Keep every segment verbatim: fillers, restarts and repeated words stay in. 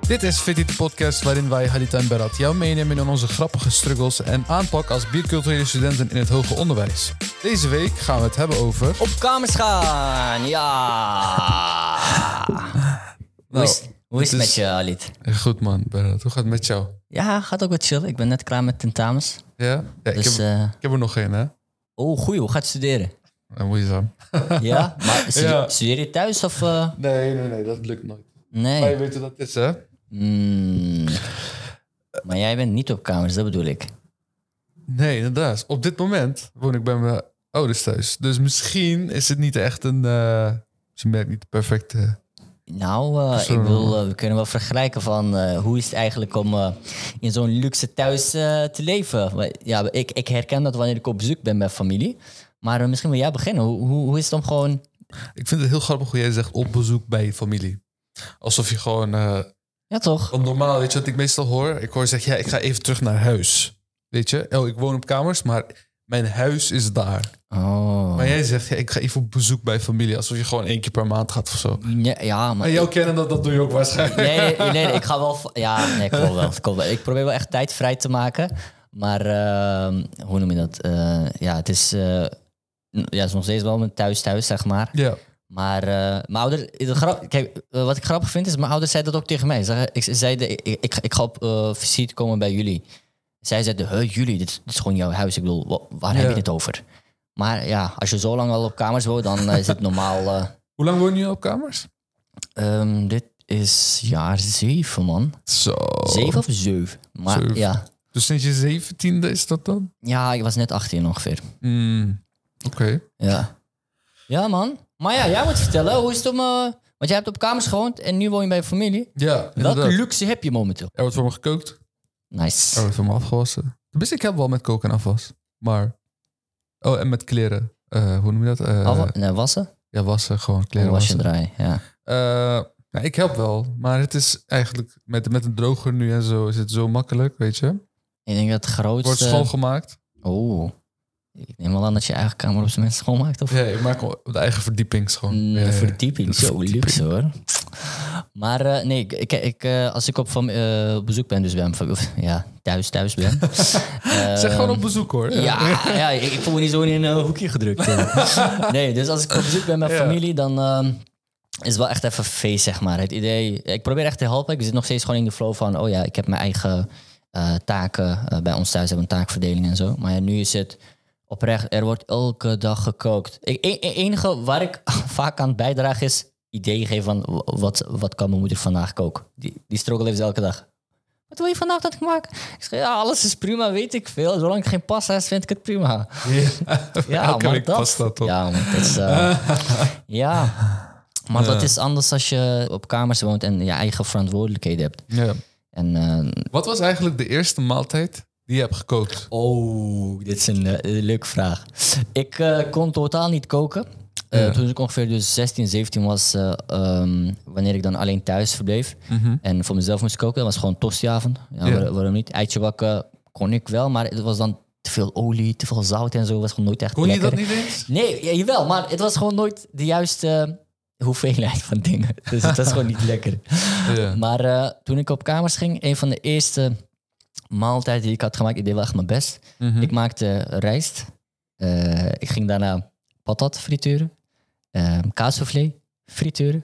Dit is Fitty, de podcast waarin wij, Halita en Berat, jou meenemen in onze grappige struggles en aanpak als biculturele studenten in het hoger onderwijs. Deze week gaan we het hebben over... Op kamers gaan, ja. hoe is, hoe is het met je, Halit? Goed man, Berat. Hoe gaat het met jou? Ja, gaat ook wat chill. Ik ben net klaar met tentamens. Ja? Ja, dus, ik, heb, uh... ik heb er nog geen, hè? Oh, goeie. Hoe gaat je studeren? Dat moet je zo. Ja? Maar studeer, ja. studeer je thuis of... Uh... Nee, nee, nee. Dat lukt nooit. Nee. Maar je weet hoe dat is, hè? Mm. Maar jij bent niet op kamers, dat bedoel ik. Nee, inderdaad. Op dit moment woon ik bij mijn ouders thuis. Dus misschien is het niet echt een... Uh, ze merkt niet de perfecte... Nou, uh, ik wil, uh, we kunnen wel vergelijken van uh, hoe is het eigenlijk om uh, in zo'n luxe thuis uh, te leven. Ja, ik, ik herken dat wanneer ik op bezoek ben bij familie. Maar uh, misschien wil jij beginnen. Hoe, hoe, hoe is het om gewoon... Ik vind het heel grappig hoe jij zegt op bezoek bij familie. Alsof je gewoon... Uh, ja, toch? Want normaal, weet je wat ik meestal hoor? Ik hoor zeggen, ja, ik ga even terug naar huis. Weet je? Oh, ik woon op kamers, maar mijn huis is daar. Oh. Maar jij zegt, ja, ik ga even op bezoek bij familie. Alsof je gewoon één keer per maand gaat of zo. Ja, ja maar... En jou kennen dat, dat doe je ook waarschijnlijk. Nee, nee, nee ik ga wel... Ja, nee, ik wil wel. Ik, wil wel. Ik probeer wel echt tijd vrij te maken. Maar, uh, hoe noem je dat? Uh, ja, het is... Uh, ja, het is nog steeds wel mijn thuis thuis, zeg maar. Ja. Maar uh, mijn ouder, grap, kijk, uh, wat ik grappig vind is, mijn ouders zeiden dat ook tegen mij. Ze, ik, zeiden, ik, ik, ik ga op uh, visite komen bij jullie. Zij zeiden, huh, jullie, dit, dit is gewoon jouw huis. Ik bedoel, waar ja. heb je het over? Maar ja, als je zo lang al op kamers woont, dan uh, is het normaal. Uh, Hoe lang woon je op kamers? Um, dit is jaar zeven, man. Zo. Zeven of zeven? Maar zeven. Ja. Dus sinds je zeventiende is dat dan? Ja, ik was net achttien ongeveer. Mm, Oké. Okay. Ja. Ja, man. Maar ja, jij moet vertellen, hoe is het om... Uh, want jij hebt op kamers gewoond en nu woon je bij je familie. Ja, welke luxe heb je momenteel? Er wordt voor me gekookt. Nice. Er wordt voor me afgewassen. Dus ik heb wel met koken en afwas. Maar... Oh, en met kleren. Uh, hoe noem je dat? Uh, Afwa- nee, wassen? Ja, wassen. Gewoon kleren wassen. wassen. Wasje draaien, ja. Uh, nou, ik help wel. Maar het is eigenlijk... Met, met een droger nu en zo is het zo makkelijk, weet je. Ik denk dat het grootste... Wordt schoongemaakt. Oh. Ik neem wel aan dat je eigen kamer op zijn mensen schoonmaakt, of? Ja, ik maak op de eigen verdieping schoon. Nee, ja, verdieping, zo verdieping. Luxe hoor. Maar uh, nee, ik, ik, uh, als ik op, van, uh, op bezoek ben, dus ben, ja, thuis, thuis ben. uh, zeg gewoon op bezoek hoor. Ja, ja, ja ik, ik voel me niet zo in een uh, hoekje gedrukt. Nee, dus als ik op bezoek ben met ja. familie, dan uh, is het wel echt even feest, zeg maar. Het idee, ik probeer echt te helpen. Ik zit nog steeds gewoon in de flow van, oh ja, ik heb mijn eigen uh, taken. Uh, bij ons thuis hebben we een taakverdeling en zo. Maar ja, nu is het... Oprecht, er wordt elke dag gekookt. Het e- enige waar ik vaak aan bijdraag is ideeën geven van wat, wat kan mijn moeder vandaag koken. Die, die struggle heeft elke dag. Wat wil je vandaag dat ik maak? Ik zeg, ja, alles is prima, weet ik veel. Zolang ik geen pasta is, vind ik het prima. Ja, ja elke week dat, pasta toch? Ja, maar dat is... Uh, ja, maar ja. dat is anders als je op kamers woont en je eigen verantwoordelijkheden hebt. Ja. En, uh, wat was eigenlijk de eerste maaltijd die je hebt gekookt? Oh, dit is een uh, leuke vraag. Ik uh, kon totaal niet koken. Uh, ja. Toen ik ongeveer dus zestien, zeventien was, uh, um, wanneer ik dan alleen thuis verbleef. Mm-hmm. En voor mezelf moest koken, dat was gewoon tostiavond. Ja, ja. Waar, waarom niet? Eitje bakken kon ik wel, maar het was dan te veel olie, te veel zout en zo. Was gewoon nooit echt kon lekker. Kon je dat niet eens? Nee, ja, jawel, maar het was gewoon nooit de juiste uh, hoeveelheid van dingen. Dus het was gewoon niet lekker. Ja. Maar uh, toen ik op kamers ging, een van de eerste... maaltijd die ik had gemaakt, ik deed wel echt mijn best. Mm-hmm. Ik maakte rijst. Uh, ik ging daarna patat frituren. Uh, kaassoufflé frituren.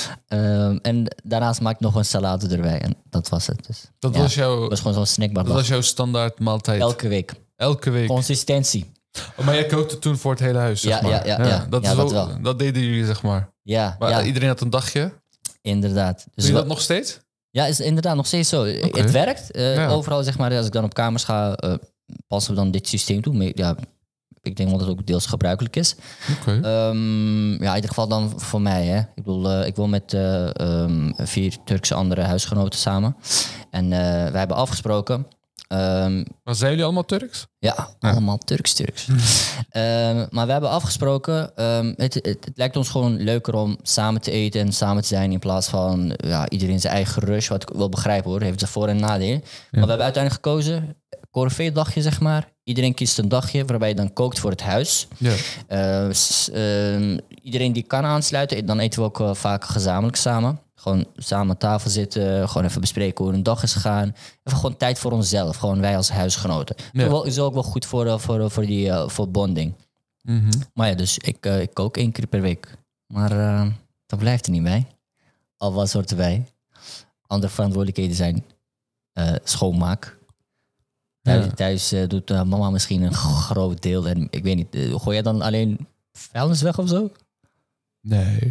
Uh, en daarnaast maakte ik nog een salade erbij. En dat was het. Dus, dat ja, was jouw... Dat was gewoon zo'n snackbar. Dat was jouw standaard maaltijd? Elke week. Elke week? Consistentie. Oh, maar jij kookte toen voor het hele huis, zeg ja, maar? Ja, ja, ja, ja. Dat, ja, is dat wel, wel. Dat deden jullie, zeg maar? Ja. Maar ja. iedereen had een dagje? Inderdaad. Dus doe je dat nog steeds? Ja, is inderdaad nog steeds zo. Okay. Het werkt. Uh, ja. Overal, zeg maar, als ik dan op kamers ga, uh, passen we dan dit systeem toe. Maar, ja, ik denk wel dat het ook deels gebruikelijk is. Okay. Um, ja, in ieder geval dan voor mij. Hè. Ik bedoel, uh, ik woon met uh, um, vier Turkse andere huisgenoten samen. En uh, wij hebben afgesproken... Um, maar zijn jullie allemaal Turks? Ja, ja. allemaal Turks-Turks. um, maar we hebben afgesproken... Um, het, het, het lijkt ons gewoon leuker om samen te eten en samen te zijn... in plaats van ja, iedereen zijn eigen rush. Wat ik wel begrijp hoor, heeft er voor- en nadeel. Ja. Maar we hebben uiteindelijk gekozen... corvée-dagje, zeg maar. Iedereen kiest een dagje waarbij je dan kookt voor het huis. Ja. Uh, s- uh, iedereen die kan aansluiten, dan eten we ook uh, vaak gezamenlijk samen. Gewoon samen aan tafel zitten. Gewoon even bespreken hoe een dag is gegaan. Even gewoon tijd voor onszelf. Gewoon wij als huisgenoten. Ja. Dat is ook wel goed voor, uh, voor, voor, die, uh, voor bonding. Mm-hmm. Maar ja, dus ik, uh, ik kook één keer per week. Maar uh, dat blijft er niet bij. Al wat soort erbij. Andere verantwoordelijkheden zijn uh, schoonmaak. Thuis, Ja. thuis uh, doet uh, mama misschien een groot deel. En ik weet niet, uh, gooi jij dan alleen vuilnis weg of zo? Nee.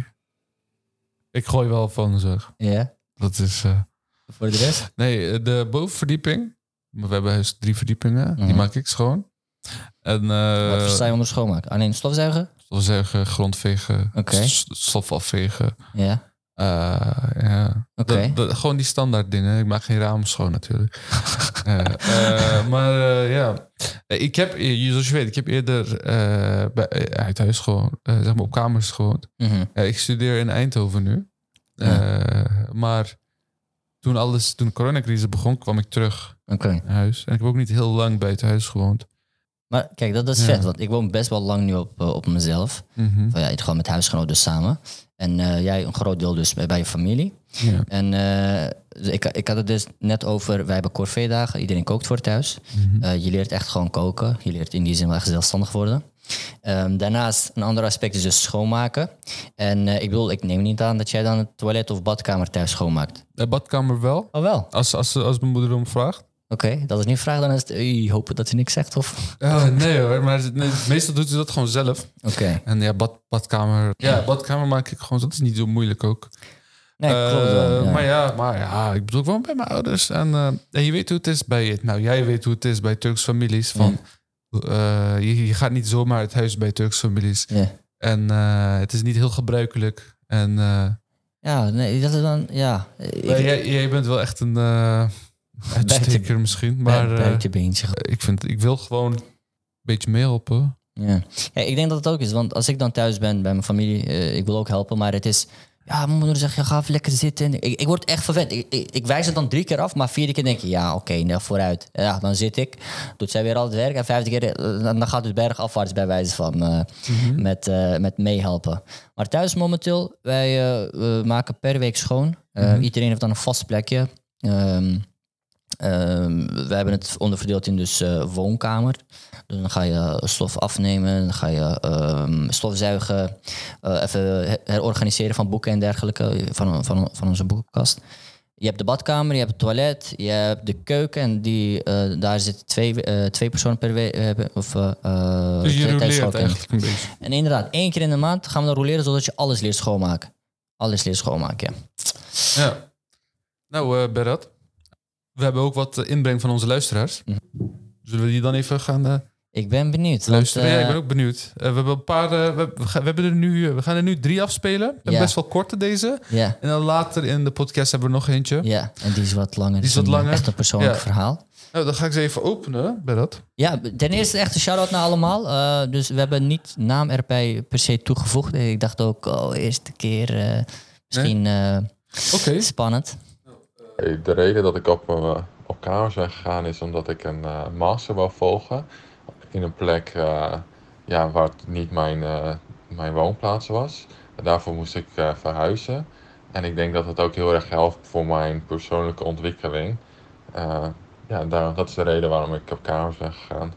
Ik gooi wel van zeg. Ja. Dat is... Uh... Voor de rest? Nee, de bovenverdieping. We hebben huis drie verdiepingen. Mm-hmm. Die maak ik schoon. En, uh, Wat versta je onder schoonmaak? Alleen stofzuigen? Stofzuigen, grondvegen, okay. stof afvegen. Ja. Uh, ja. Okay. Dat, dat, gewoon die standaard dingen. Ik maak geen ramen schoon natuurlijk. uh, uh, maar uh, ja, ik heb, zoals je weet, ik heb eerder uh, bij, uit huis gewoon, uh, zeg maar op kamers gewoond. Mm-hmm. Uh, ik studeer in Eindhoven nu. Uh, ja. Maar toen alles, toen de coronacrisis begon, kwam ik terug okay. naar huis. En ik heb ook niet heel lang buiten huis gewoond. Maar kijk, dat, dat is ja. vet, want ik woon best wel lang nu op, uh, op mezelf. Mm-hmm. Van, ja, gewoon met huisgenoten dus samen. En uh, jij een groot deel dus bij, bij je familie. Ja. En uh, ik, ik had het dus net over, wij hebben corvée-dagen. Iedereen kookt voor thuis. Mm-hmm. Uh, je leert echt gewoon koken. Je leert in die zin wel echt zelfstandig worden. Um, daarnaast, een ander aspect is dus schoonmaken. En uh, ik bedoel, ik neem niet aan dat jij dan het toilet of badkamer thuis schoonmaakt. De badkamer wel. Oh wel? Als, als, als mijn moeder om vraagt. Oké, okay, dat is niet vraag, dan is het... Ik hoop dat hij niks zegt, of? Oh, nee hoor, maar nee, meestal doet hij dat gewoon zelf. Oké. Okay. En ja, bad, badkamer... Ja, badkamer maak ik gewoon... Dat is niet zo moeilijk ook. Nee, uh, klopt wel. Ja. Maar, ja, maar ja, ik bedoel gewoon bij mijn ouders. En, uh, en je weet hoe het is bij... Nou, jij weet hoe het is bij Turks families. Van, ja. uh, je, je gaat niet zomaar uit huis bij Turks families. Ja. En uh, het is niet heel gebruikelijk. En... Uh, ja, nee, dat is dan... Ja. Ik, jij, jij bent wel echt een... Uh, Uitsteker misschien, maar buitenbeentje. Uh, ik vind, ik wil gewoon een beetje meehelpen. Ja. ja, ik denk dat het ook is, want als ik dan thuis ben bij mijn familie, uh, ik wil ook helpen, maar het is, ja, mijn moeder zegt, ja, ga even lekker zitten. Ik, ik word echt verwend. Ik, ik, ik wijs het dan drie keer af, maar vierde keer denk ik, ja, oké, okay, nou, vooruit. Ja, dan zit ik, doet zij weer al het werk en vijfde keer, dan gaat het bergafwaarts bij wijze van uh, mm-hmm. met, uh, met meehelpen. Maar thuis momenteel, wij uh, we maken per week schoon. Uh, mm-hmm. Iedereen heeft dan een vast plekje. Um, Um, we hebben het onderverdeeld in dus uh, woonkamer. Dus dan ga je stof afnemen, dan ga je um, stofzuigen, uh, even herorganiseren van boeken en dergelijke van, van, van onze boekenkast. Je hebt de badkamer, je hebt het toilet, je hebt de keuken en die, uh, daar zitten twee, uh, twee personen per week. Uh, of, uh, dus je roleert eigenlijk een beetje. En inderdaad, één keer in de maand gaan we dan roleren zodat je alles leert schoonmaken. Alles leert schoonmaken, ja. Ja. Nou, uh, Berat. We hebben ook wat inbreng van onze luisteraars. Zullen we die dan even gaan... Uh, ik ben benieuwd. Luisteren, want, uh, ja, ik ben ook benieuwd. Uh, we hebben een paar... Uh, we, we, gaan, we, hebben er nu, we gaan er nu drie afspelen. We ja. best wel korte deze. Ja. En dan later in de podcast hebben we nog eentje. Ja, en die is wat langer. Die is wat langer. Echt een persoonlijk ja. verhaal. Nou, dan ga ik ze even openen, Berat. Ja, ten eerste echt een shout-out naar allemaal. Uh, dus we hebben niet naam erbij per se toegevoegd. Ik dacht ook, oh, eerste keer uh, misschien uh, okay. spannend. Hey, de reden dat ik op... Uh, op kamers ben gegaan is omdat ik een uh, master wil volgen in een plek uh, ja, waar het niet mijn, uh, mijn woonplaats was. En daarvoor moest ik uh, verhuizen. En ik denk dat het ook heel erg helpt voor mijn persoonlijke ontwikkeling. Uh, ja, daar, dat is de reden waarom ik op kamers ben gegaan.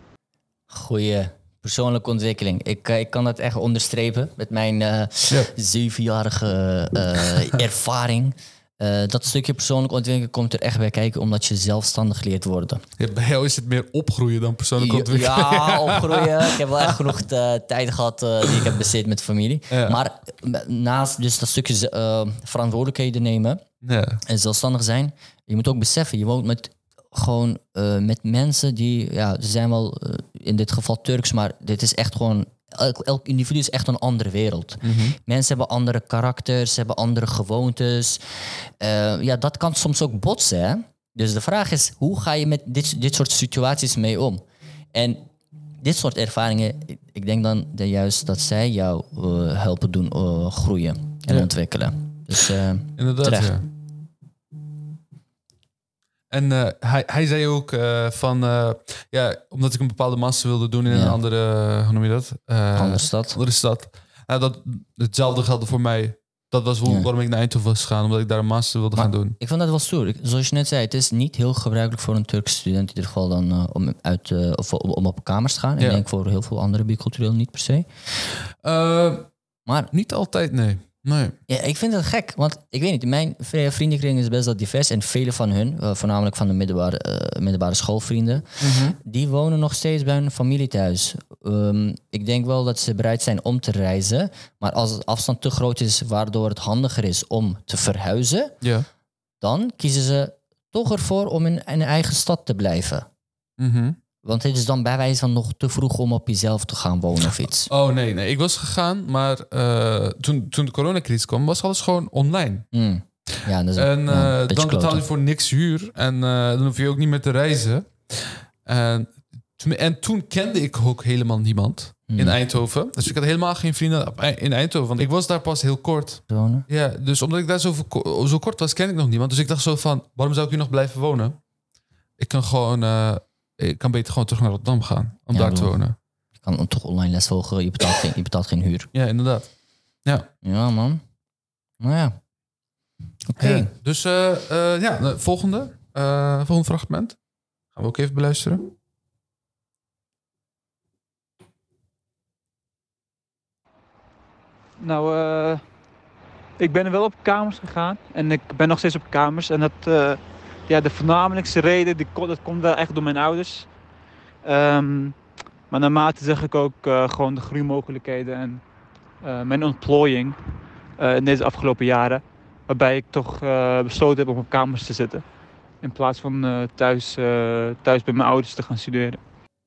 Goeie persoonlijke ontwikkeling. Ik, uh, ik kan dat echt onderstrepen met mijn uh, ja. zevenjarige uh, ervaring. Uh, dat stukje persoonlijke ontwikkeling komt er echt bij kijken, omdat je zelfstandig leert worden. Ja, bij jou is het meer opgroeien dan persoonlijke ontwikkeling. Ja, opgroeien. Ik heb wel echt genoeg uh, tijd gehad uh, die ik heb besteed met familie. Ja. Maar naast dus dat stukje uh, verantwoordelijkheden nemen ja. en zelfstandig zijn, je moet ook beseffen, je woont met gewoon uh, met mensen die, ja, ze zijn wel uh, in dit geval Turks, maar dit is echt gewoon Elk, elk individu is echt een andere wereld. Mm-hmm. Mensen hebben andere karakters, hebben andere gewoontes. Uh, ja, dat kan soms ook botsen. Hè? Dus de vraag is, hoe ga je met dit, dit soort situaties mee om? En dit soort ervaringen, ik denk dan dat juist dat zij jou uh, helpen doen uh, groeien en ja. ontwikkelen. Dus uh, inderdaad, terecht. Ja. En uh, hij, hij zei ook uh, van... Uh, ja, omdat ik een bepaalde master wilde doen in ja. een andere... Hoe noem je dat? Uh, andere stad. Andere stad. Nou, dat, hetzelfde geldt voor mij. dat was hoe, Ja. waarom ik naar Eindhoven was gegaan. Omdat ik daar een master wilde Maar gaan doen. Ik vond dat wel stoer. Ik- Zoals je net zei, het is niet heel gebruikelijk voor een Turkse student in ieder geval dan uh, om, uit, uh, of om, om op kamers te gaan. Ja. Ik denk voor heel veel andere bicultureel niet per se. Uh, Maar niet altijd, nee. nee. ja, ik vind het gek, want ik weet niet, mijn v- vriendenkring is best wel divers en vele van hun, uh, voornamelijk van de middelbare, uh, middelbare schoolvrienden, Mm-hmm. die wonen nog steeds bij hun familie thuis. Um, ik denk wel dat ze bereid zijn om te reizen, maar als de afstand te groot is waardoor het handiger is om te verhuizen, Ja. dan kiezen ze toch ervoor om in een eigen stad te blijven. Mm-hmm. Want het is dan bij wijze van nog te vroeg om op jezelf te gaan wonen of iets. Oh nee, nee. Ik was gegaan, maar uh, toen, toen de coronacrisis kwam, was alles gewoon online. Mm. Ja, dat is En uh, ja, een beetje dan betaal je kloten. voor niks huur. En uh, dan hoef je ook niet meer te reizen. En toen, en toen kende ik ook helemaal niemand Mm. in Eindhoven. Dus ik had helemaal geen vrienden op- in Eindhoven. Want ik was daar pas heel kort. Wonen. Ja, dus omdat ik daar zo, verko- zo kort was, ken ik nog niemand. Dus ik dacht zo van, waarom zou ik hier nog blijven wonen? Ik kan gewoon... Uh, ik kan beter gewoon terug naar Rotterdam gaan. Om Ja, daar te bedoel- wonen. Je kan toch online les volgen, je betaalt geen, je betaalt geen huur. Ja, inderdaad. Ja. Ja, man. Nou ja. Oké. Ja. Dus uh, uh, ja, de volgende. Uh, volgende fragment. Gaan we ook even beluisteren. Nou, uh, ik ben er wel op kamers gegaan. En ik ben nog steeds op kamers. En dat, uh, ja, de voornamelijkste reden, die, dat komt wel echt door mijn ouders. Um, maar naarmate zeg ik ook uh, gewoon de groeimogelijkheden en uh, mijn ontplooiing uh, in deze afgelopen jaren. Waarbij ik toch uh, besloten heb om op kamers te zitten. In plaats van uh, thuis, uh, thuis bij mijn ouders te gaan studeren.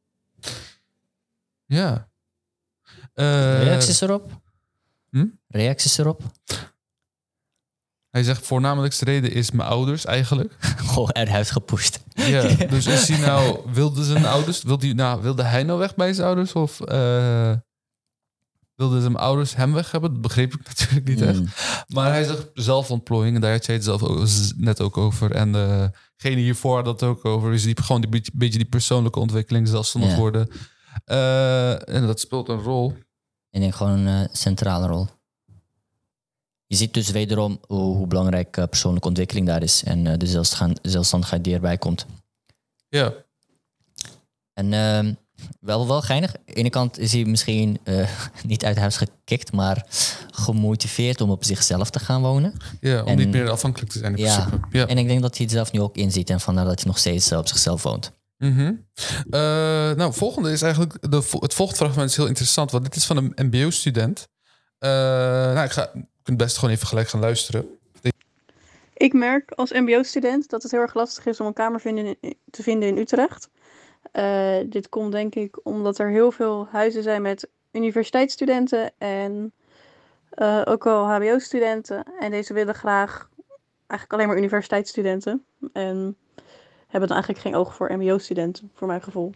Ja. Uh, Reacties erop? Hm? Reacties erop? Hij zegt voornamelijkste reden is mijn ouders eigenlijk. Gewoon eruit gepusht. Ja, dus is hij nou, wilde zijn ouders, wilde, hij, nou, wilde hij nou weg bij zijn ouders? Of uh, wilde zijn ouders hem weg hebben? Dat begreep ik natuurlijk niet echt. Mm. Maar hij zegt zelfontplooiing en daar had jij het zelf ook, net ook over. En degene hiervoor had dat ook over. Dus die, gewoon die beetje, beetje die persoonlijke ontwikkeling, zelfstandig Ja. worden. Uh, en dat speelt een rol. Ik denk gewoon een uh, centrale rol. Je ziet dus wederom hoe, hoe belangrijk uh, persoonlijke ontwikkeling daar is. En uh, de zelfstand- zelfstandigheid die erbij komt. Ja. En uh, wel, wel geinig. Aan de ene kant is hij misschien uh, niet uit huis gekikt, maar gemotiveerd om op zichzelf te gaan wonen. Ja, om En- niet meer afhankelijk te zijn in Ja. principe. Ja. En ik denk dat hij het zelf nu ook inziet en vandaar dat hij nog steeds uh, op zichzelf woont. Mm-hmm. Uh, nou, volgende is eigenlijk... De, het volgende fragment is heel interessant, want dit is van een mbo-student. Uh, nou, ik ga ik kunt best gewoon even gelijk gaan luisteren. Ik merk als mbo-student dat het heel erg lastig is om een kamer vinden in- te vinden in Utrecht. Uh, dit komt denk ik omdat er heel veel huizen zijn met universiteitsstudenten en uh, ook wel hbo-studenten. En deze willen graag eigenlijk alleen maar universiteitsstudenten. En hebben dan eigenlijk geen oog voor mbo-studenten, voor mijn gevoel.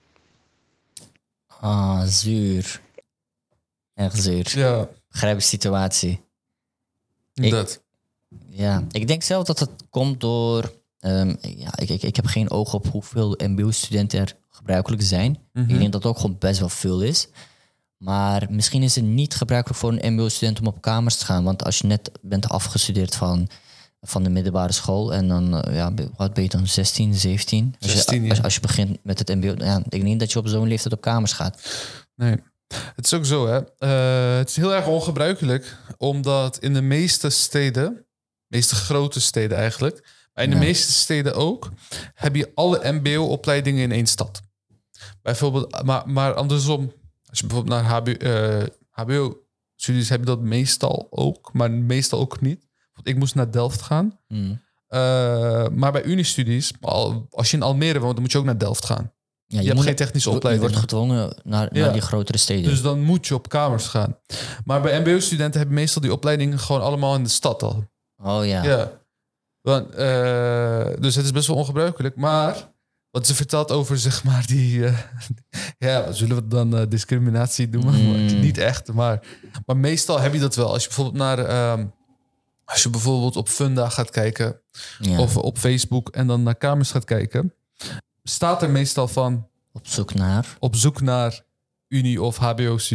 Ah, zuur. Echt zuur. Ja, Begrijp de situatie. dat. Ja, ik denk zelf dat het komt door... Um, ja, ik, ik, ik heb geen oog op hoeveel mbo-studenten er gebruikelijk zijn. Mm-hmm. Ik denk dat het ook gewoon best wel veel is. Maar misschien is het niet gebruikelijk voor een mbo-student om op kamers te gaan. Want als je net bent afgestudeerd van, van de middelbare school... en dan, uh, ja, wat ben je dan, zestien, zeventien? Als je, zestien, ja. als, als je begint met het mbo... Ja, ik denk niet dat je op zo'n leeftijd op kamers gaat. Nee. Het is ook zo, hè. Uh, het is heel erg ongebruikelijk, omdat in de meeste steden, de meeste grote steden eigenlijk, maar in de Ja. meeste steden ook, heb je alle mbo-opleidingen in één stad. Bijvoorbeeld, maar, maar andersom, als je bijvoorbeeld naar H B O, uh, H B O-studies heb je dat meestal ook, maar meestal ook niet. Want ik moest naar Delft gaan. Mm. Uh, maar bij Uniestudies, al- als je in Almere woont, dan moet je ook naar Delft gaan. Ja, Je, hebt moet- geen technische je opleiding. wordt gedwongen naar, Ja. naar die grotere steden. Dus dan moet je op kamers gaan. Maar bij mbo-studenten hebben meestal die opleidingen gewoon allemaal in de stad al. Oh ja. Ja. Want, uh, dus het is best wel ongebruikelijk. Maar wat ze vertelt over, zeg maar, die... Uh, ja, zullen we het dan uh, discriminatie noemen? Mm. Niet echt, maar... Maar meestal heb je dat wel. Als je bijvoorbeeld naar... Um, als je bijvoorbeeld op Funda gaat kijken... Ja. of op Facebook en dan naar kamers gaat kijken... staat er meestal van... Op zoek naar... op zoek naar Unie- of H B O-student.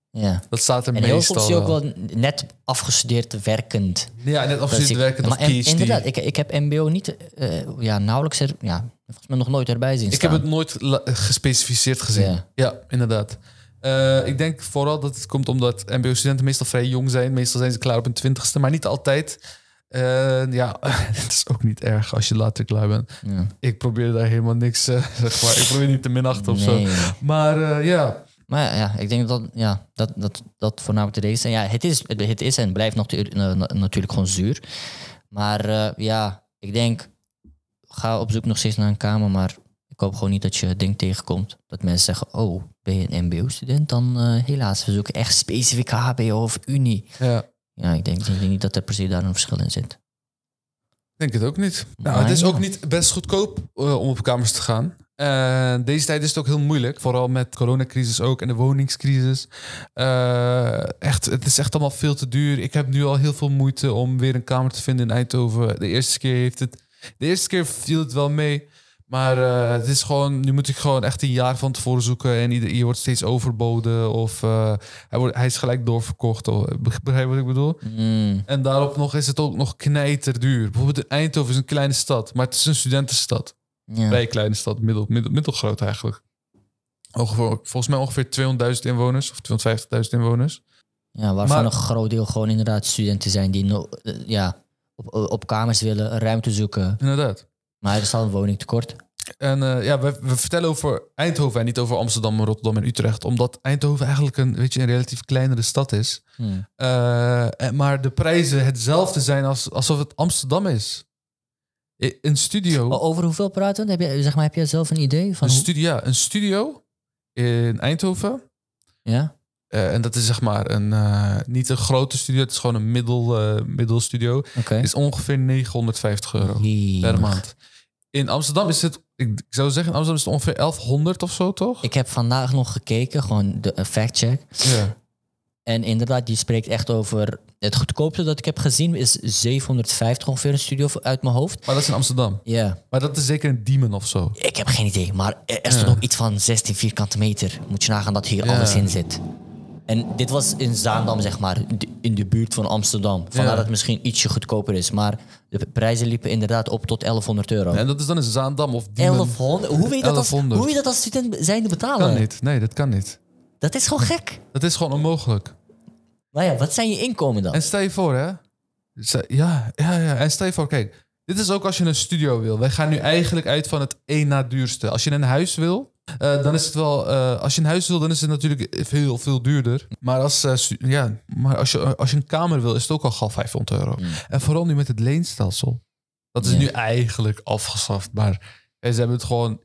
Ja. Dat staat er En heel meestal soms zie je ook wel. wel net afgestudeerd werkend. Ja, net Dat afgestudeerd zie ik- werken Ja, of maar en- P H D. Inderdaad, ik, ik heb M B O niet, uh, ja, nauwelijks, er, ja, volgens mij nog nooit erbij zien Ik staan. heb het nooit la- gespecificeerd gezien. Ja. Ja, inderdaad. Uh, ik denk vooral dat het komt omdat M B O-studenten meestal vrij jong zijn. Meestal zijn ze klaar op hun twintigste, maar niet altijd. Uh, ja, het is ook niet erg als je later klaar bent. Ja. Ik probeer daar helemaal niks, uh, zeg maar. Ik probeer niet te minachten of Nee. zo. Maar uh, ja... Maar ja, ik denk dat ja, dat, dat, dat voornamelijk de reden is. En ja, het is, het, het is en blijft natuurlijk, natuurlijk gewoon zuur. Maar uh, ja, ik denk, ga op zoek nog steeds naar een kamer. Maar ik hoop gewoon niet dat je het ding tegenkomt. Dat mensen zeggen, oh, ben je een M B O-student? Dan uh, helaas, we zoeken echt specifiek H B O of Unie. Ja. Ja, ik denk, ik denk niet dat er per se daar een verschil in zit. Ik denk het ook niet. Nou, Maar het is ja. ook niet best goedkoop uh, om op kamers te gaan. Uh, deze tijd is het ook heel moeilijk. Vooral met de coronacrisis ook en de woningscrisis. Uh, echt, het is echt allemaal veel te duur. Ik heb nu al heel veel moeite om weer een kamer te vinden in Eindhoven. De eerste keer heeft het... De eerste keer viel het wel mee. Maar uh, het is gewoon... Nu moet ik gewoon echt een jaar van tevoren zoeken. En ieder, je wordt steeds overboden. Of uh, hij, wordt, hij is gelijk doorverkocht. Of, begrijp je wat ik bedoel? Mm. En daarop nog is het ook nog knijterduur. Bijvoorbeeld Eindhoven is een kleine stad. Maar het is een studentenstad. Ja. Vrij kleine stad, middel, middel, middelgroot eigenlijk. Ongeveer, volgens mij ongeveer tweehonderdduizend inwoners of tweehonderdvijftigduizend inwoners. Ja, waarvan Maar- een groot deel gewoon inderdaad studenten zijn die no, uh, ja, op, op kamers willen, ruimte zoeken. Inderdaad. Maar er is al een woningtekort. En En uh, ja, we, we vertellen over Eindhoven en niet over Amsterdam, Rotterdam en Utrecht. Omdat Eindhoven eigenlijk een, weet je, een relatief kleinere stad is. Hmm. Uh, en- maar de prijzen hetzelfde zijn als, alsof het Amsterdam is. I- Een studio... Over hoeveel praten we? Heb je, zeg maar, heb jij zelf een idee van Een, hoe- studio, ja, een studio in Eindhoven. Ja? Uh, en dat is zeg maar een, uh, niet een grote studio. Het is gewoon een middel, uh, middelstudio. Oké. Okay. Is ongeveer negenhonderdvijftig euro per maand. In Amsterdam is het, ik, ik zou zeggen, in Amsterdam is het ongeveer elfhonderd of zo, toch? Ik heb vandaag nog gekeken, gewoon de uh, fact-check. Ja. En inderdaad, die spreekt echt over... Het goedkoopste dat ik heb gezien is zevenhonderdvijftig ongeveer een studio uit mijn hoofd. Maar dat is in Amsterdam. Ja. Maar dat is zeker een Diemen of zo. Ik heb geen idee, maar er er stond Ja. ook iets van zestien vierkante meter. Moet je nagaan dat hier Ja. alles in zit. En dit was in Zaandam, zeg maar, in de buurt van Amsterdam. Vandaar Ja. dat het misschien ietsje goedkoper is. Maar de prijzen liepen inderdaad op tot elfhonderd euro. En dat is dan in Zaandam of Diemen. elfhonderd? Hoe wil je dat als, elfhonderd. hoe wil je dat als student zijnde betalen? Kan niet. Nee, dat kan niet. Dat is gewoon gek. Dat is gewoon onmogelijk. Maar ja, wat zijn je inkomen dan? En stel je voor, hè. Stel- Ja, ja, ja. En stel je voor, kijk. Dit is ook als je een studio wil. Wij gaan nu eigenlijk uit van het één na duurste. Als je een huis wil, uh, dan is het wel... Uh, als je een huis wil, dan is het natuurlijk veel, veel duurder. Maar als, uh, stu- ja, maar als, je, als je een kamer wil, is het ook al gauw vijfhonderd euro. Mm. En vooral nu met het leenstelsel. Dat is Ja. nu eigenlijk afgeschaft. Maar eh, ze hebben het gewoon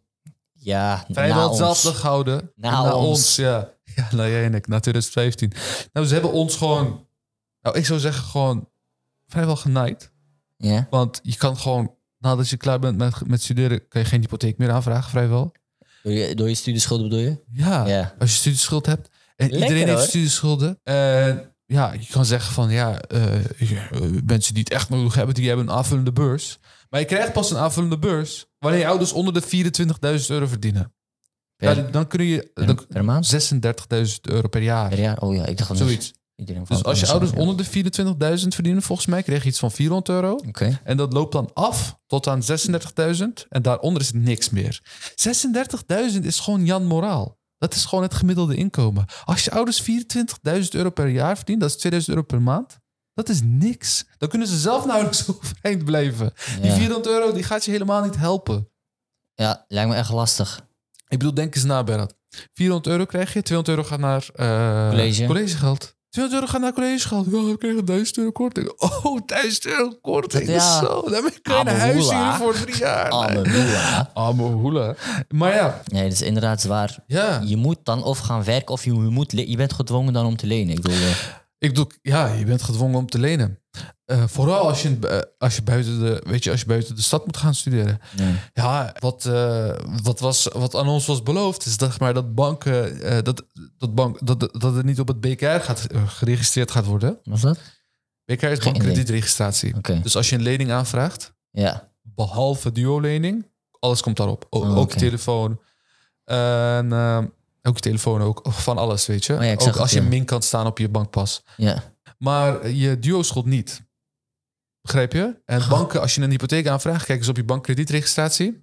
Ja, vrijwel na hetzelfde ons. gehouden. Na ons. Ja. Ja, nou jij en ik, na twintig vijftien. Nou, ze hebben ons gewoon... Nou, ik zou zeggen gewoon vrijwel genaaid. Ja? Want je kan gewoon, nadat je klaar bent met, met studeren, kan je geen hypotheek meer aanvragen, vrijwel. Door je, door je studieschulden bedoel je? Ja, Ja. als je studieschuld hebt. En Lekker, iedereen heeft hoor. studieschulden. En ja, je kan zeggen van, ja, uh, uh, mensen die het echt nodig hebben, die hebben een aanvullende beurs. Maar je krijgt pas een aanvullende beurs wanneer je ouders onder de vierentwintigduizend euro verdienen. Per, Ja, dan kun je per, dan, per maand? zesendertigduizend euro per jaar. Per jaar? Oh ja, ik dacht dat Zoiets. iedereen Dus van- als je van- ouders ja. onder de vierentwintigduizend verdienen, volgens mij, krijg je iets van vierhonderd euro. Oké. En dat loopt dan af tot aan zesendertigduizend. En daaronder is het niks meer. zesendertigduizend is gewoon Jan Moraal. Dat is gewoon het gemiddelde inkomen. Als je ouders vierentwintigduizend euro per jaar verdienen, dat is tweeduizend euro per maand. Dat is niks. Dan kunnen ze zelf nauwelijks overeind blijven. Die Ja. vierhonderd euro die gaat je helemaal niet helpen. Ja, lijkt me echt lastig. Ik bedoel, denk eens na, Berat. vierhonderd euro krijg je, tweehonderd euro gaat naar uh, College. collegegeld. tweehonderd euro gaat naar collegegeld. Ja, ik kreeg duizend euro korting. Oh, duizend euro korting. Ja. Zo, daarmee kan je een Arme huis hoela. huren voor drie jaar. Arme Nee. hoela. Arme hoela. Maar ja, Nee, dat is inderdaad zwaar. ja. Je moet dan of gaan werken of je, moet le- je bent gedwongen dan om te lenen. Ik bedoel, eh, Ik bedoel, ja, je bent gedwongen om te lenen. Uh, vooral als je, uh, als, je buiten de, weet je, als je buiten de stad moet gaan studeren. nee. Ja, wat, uh, wat, was, wat aan ons was beloofd, is dat, maar dat, banken, uh, dat, dat, bank, dat, dat het niet op het B K R gaat, uh, geregistreerd gaat worden. Was dat? B K R is Geen bankkredietregistratie. Oké. Dus als je een lening aanvraagt, Ja. behalve duo-lening, alles komt daarop. O- Oh, ook oké. je telefoon. En uh, Ook je telefoon ook. Van alles, weet je. Oh ja, ik ook zag als het, je ja. min kan staan op je bankpas. Ja. Maar je duo-schuld niet. Begrijp je? En banken, als je een hypotheek aanvraagt... kijk eens op je bankkredietregistratie.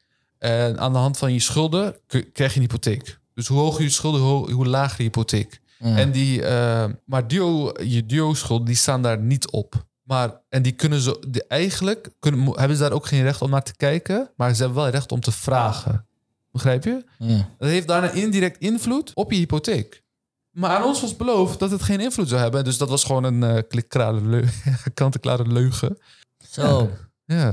En aan de hand van je schulden k- krijg je een hypotheek. Dus hoe hoger je schulden, hoe, hoe lager je hypotheek. Ja. En die, uh, maar duo, je duo-schulden, die staan daar niet op. Maar, en die kunnen ze... Die, eigenlijk kunnen, hebben ze daar ook geen recht om naar te kijken... maar ze hebben wel recht om te vragen. Begrijp je? Ja. Dat heeft daarna indirect invloed op je hypotheek. Maar aan ons was beloofd dat het geen invloed zou hebben. Dus dat was gewoon een uh, klikklare leu- kant-en-klare leugen. Zo. Ja.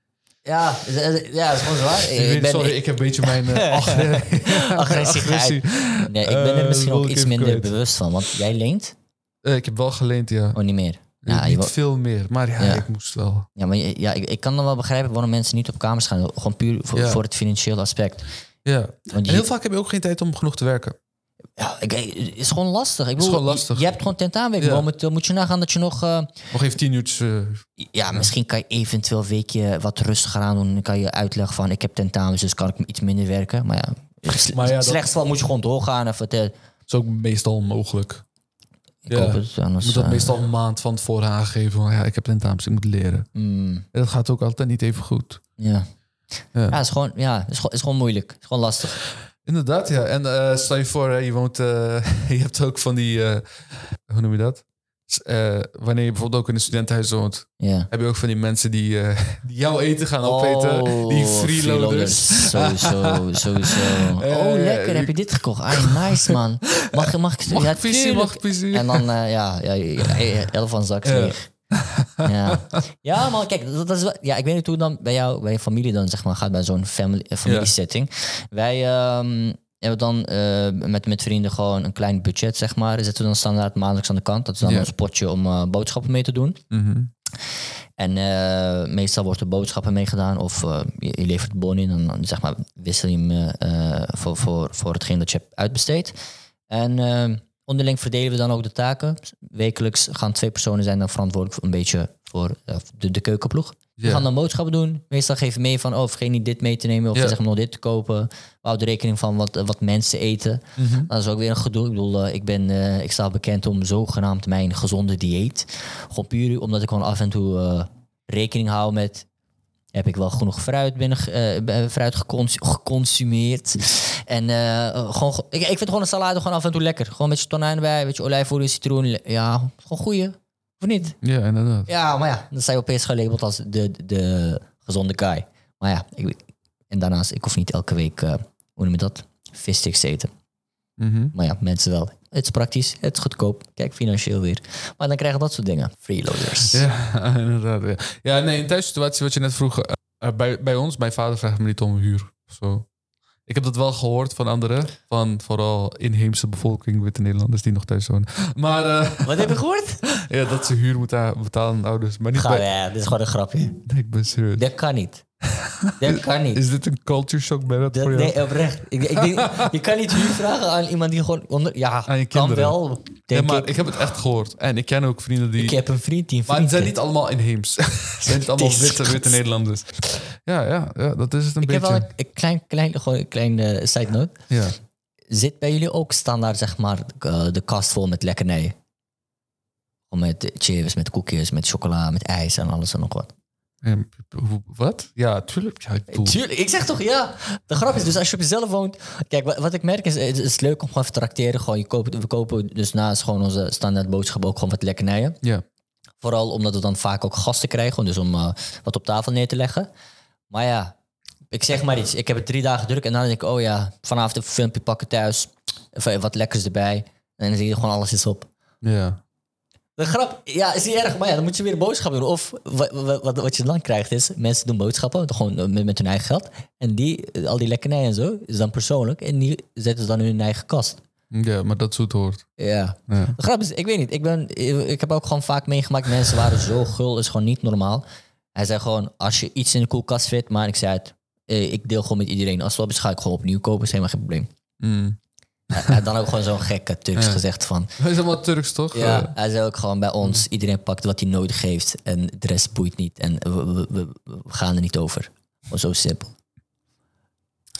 Ja, ja, dat is gewoon zwaar. Ik weet, ben, sorry, ik, ik heb een beetje mijn uh, agressie. agressie. Nee, ik ben er Uh, misschien wil ook ik iets even minder kwijt. bewust van. Want jij leent? Uh, ik heb wel geleend, ja. Oh, niet meer. Ja, niet je wo- veel meer, maar ja, Ja. ik moest wel. ja, maar je- ja, ik, ik kan dan wel begrijpen waarom mensen niet op kamers gaan. Gewoon puur voor, Ja. voor het financiële aspect. Ja. Want En je, heel vaak heb je ook geen tijd om genoeg te werken. ja, ik, het is gewoon lastig. Ik is bedoel, gewoon lastig. Je, je hebt gewoon tentamenweek. Ja. Momenteel moet je nagaan dat je nog... uh, Nog even tien uurtjes. Uh, ja, misschien kan je eventueel een weekje wat rustiger aan doen. Dan kan je uitleggen van, ik heb tentamens, dus kan ik iets minder werken. Maar ja, sle- Maar ja, dat- slechts wel moet je gewoon doorgaan. En vertellen. is ook meestal onmogelijk. Ik Ja. hoop het. Je Anders, moet dat uh, meestal een maand van tevoren aangeven. Van, ja, ik heb tentamens, ik moet leren. mm, En dat gaat ook altijd niet even goed. ja. Ja. Ja, het is gewoon, ja, het is gewoon, het is gewoon moeilijk. Het is gewoon lastig. Inderdaad, ja. En uh, stel je voor, hè, je woont... Uh, je hebt ook van die... Uh, hoe noem je dat? S- Uh, wanneer je bijvoorbeeld ook in een studentenhuis woont... Ja. heb je ook van die mensen die, uh, die jouw eten gaan opeten. Oh, die freeloaders. Sowieso, sowieso. Oh, lekker. Heb je dit gekocht? Ah, nice, man. Mag, mag ik... Mag ja, ik visie, tuurlijk. mag ik visie? En dan, uh, ja, ja, ja, elf van zak Ja. leeg. Ja. Ja, maar kijk, dat, dat is wel, ja, ik weet niet hoe het dan bij jou, bij je familie dan zeg maar gaat bij zo'n family, familiesetting. Wij um, hebben dan uh, met, met vrienden gewoon een klein budget, zeg maar. Zetten we dan standaard maandelijks aan de kant. Dat is dan Ja. ons potje om uh, boodschappen mee te doen. Mm-hmm. En uh, meestal wordt er boodschappen meegedaan of uh, je, je levert de bon in en dan zeg maar wissel je hem uh, voor, voor, voor hetgeen dat je hebt uitbesteed. En uh, onderling verdelen we dan ook de taken. Wekelijks gaan twee personen zijn dan verantwoordelijk voor een beetje voor uh, de, de keukenploeg. We Ja. gaan dan boodschappen doen. Meestal geven we mee van, oh, vergeet niet dit mee te nemen of Ja. zeg maar nog dit te kopen. We houden rekening van wat, wat mensen eten. Mm-hmm. Dat is ook weer een gedoe. Ik bedoel, uh, ik, ben, uh, ik sta bekend om zogenaamd mijn gezonde dieet. Gewoon puur omdat ik gewoon af en toe uh, rekening hou met... Heb ik wel genoeg fruit, binnen, uh, fruit gecons- geconsumeerd. En uh, gewoon, ik, ik vind gewoon een salade gewoon af en toe lekker. Gewoon met je tonijn erbij, een beetje olijfolie, citroen. Ja, gewoon goeie. Of niet? Ja, inderdaad. Ja, maar ja, dan sta je opeens gelabeld als de, de, de gezonde guy. Maar ja, ik, en daarnaast, ik hoef niet elke week, uh, hoe noem je dat? Vissticks te eten. Mm-hmm. Maar ja, mensen wel. Het is praktisch, het is goedkoop. Kijk, financieel weer. Maar dan krijgen we dat soort dingen. Freeloaders. Ja, inderdaad. Ja, ja nee, in thuissituatie wat je net vroeg... Uh, uh, bij, bij ons, mijn vader vraagt me niet om huur of zo. Ik heb dat wel gehoord van anderen. Van vooral inheemse bevolking, witte Nederlanders die nog thuis wonen. Maar uh, Wat heb je gehoord? ja, dat ze huur moeten betalen aan ouders. Maar niet Ga, bij... ja, dit is gewoon een grapje. Nee, ik ben serieus. Dat kan niet. Dat kan niet. Is dit een culture shock bij dat Dat, voor jou? nee, oprecht. Ik, ik denk, je kan niet huur vragen aan iemand die gewoon... Onder, ja, Aan je kan kinderen. wel, Ja, denk maar ik. ik heb het echt gehoord. En ik ken ook vrienden die... Ik heb een vriend die een Maar vriend het zijn heeft. niet allemaal inheems. Het zijn niet allemaal witte, witte Nederlanders. Ja, ja, ja, dat is het een Ik beetje. heb wel een, een klein, klein, gewoon een klein uh, side note. Ja. Zit bij jullie ook standaard, zeg maar, uh, de kast vol met lekkernijen? Gewoon met chips, met koekjes, met chocola, met ijs en alles en nog wat. En, hoe- wat? Ja, tuurlijk. Ja, ik bedoel- Tuurlijk, ik zeg toch ja. De grap is dus als je op jezelf woont. Kijk, wat, wat ik merk is, het is leuk om gewoon even te trakteren. Gewoon, je koopt, we kopen dus naast gewoon onze standaard boodschap ook gewoon wat lekkernijen. Ja. Vooral omdat we dan vaak ook gasten krijgen, dus om uh, wat op tafel neer te leggen. Maar ja, ik zeg maar iets. Ik heb het drie dagen druk en dan denk ik, oh ja, vanavond een filmpje pakken thuis. Even wat lekkers erbij. En dan zie je gewoon alles is op. Ja. De grap, ja, is niet erg, maar ja, dan moet je weer een boodschap doen. Of wat, wat, wat je dan krijgt is, mensen doen boodschappen, gewoon met, met hun eigen geld. En die, al die lekkernijen en zo, is dan persoonlijk. En die zetten ze dan in hun eigen kast. Ja, maar dat zoet hoort. Ja. Ja. De grap is, ik weet niet, ik, ben, ik heb ook gewoon vaak meegemaakt, mensen waren zo gul, is gewoon niet normaal. Hij zei gewoon, als je iets in de koelkast vindt, maar ik zei het, ik deel gewoon met iedereen. Als het op is, ga ik gewoon opnieuw kopen, is helemaal geen probleem. Mm. Hij had dan ook gewoon zo'n gekke Turks Ja. gezegd van... Wij zijn allemaal Turks, toch? Ja, Uh, hij zei ook gewoon bij ons, iedereen pakt wat hij nodig heeft en de rest boeit niet. En we, we, we, we gaan er niet over. Gewoon zo simpel.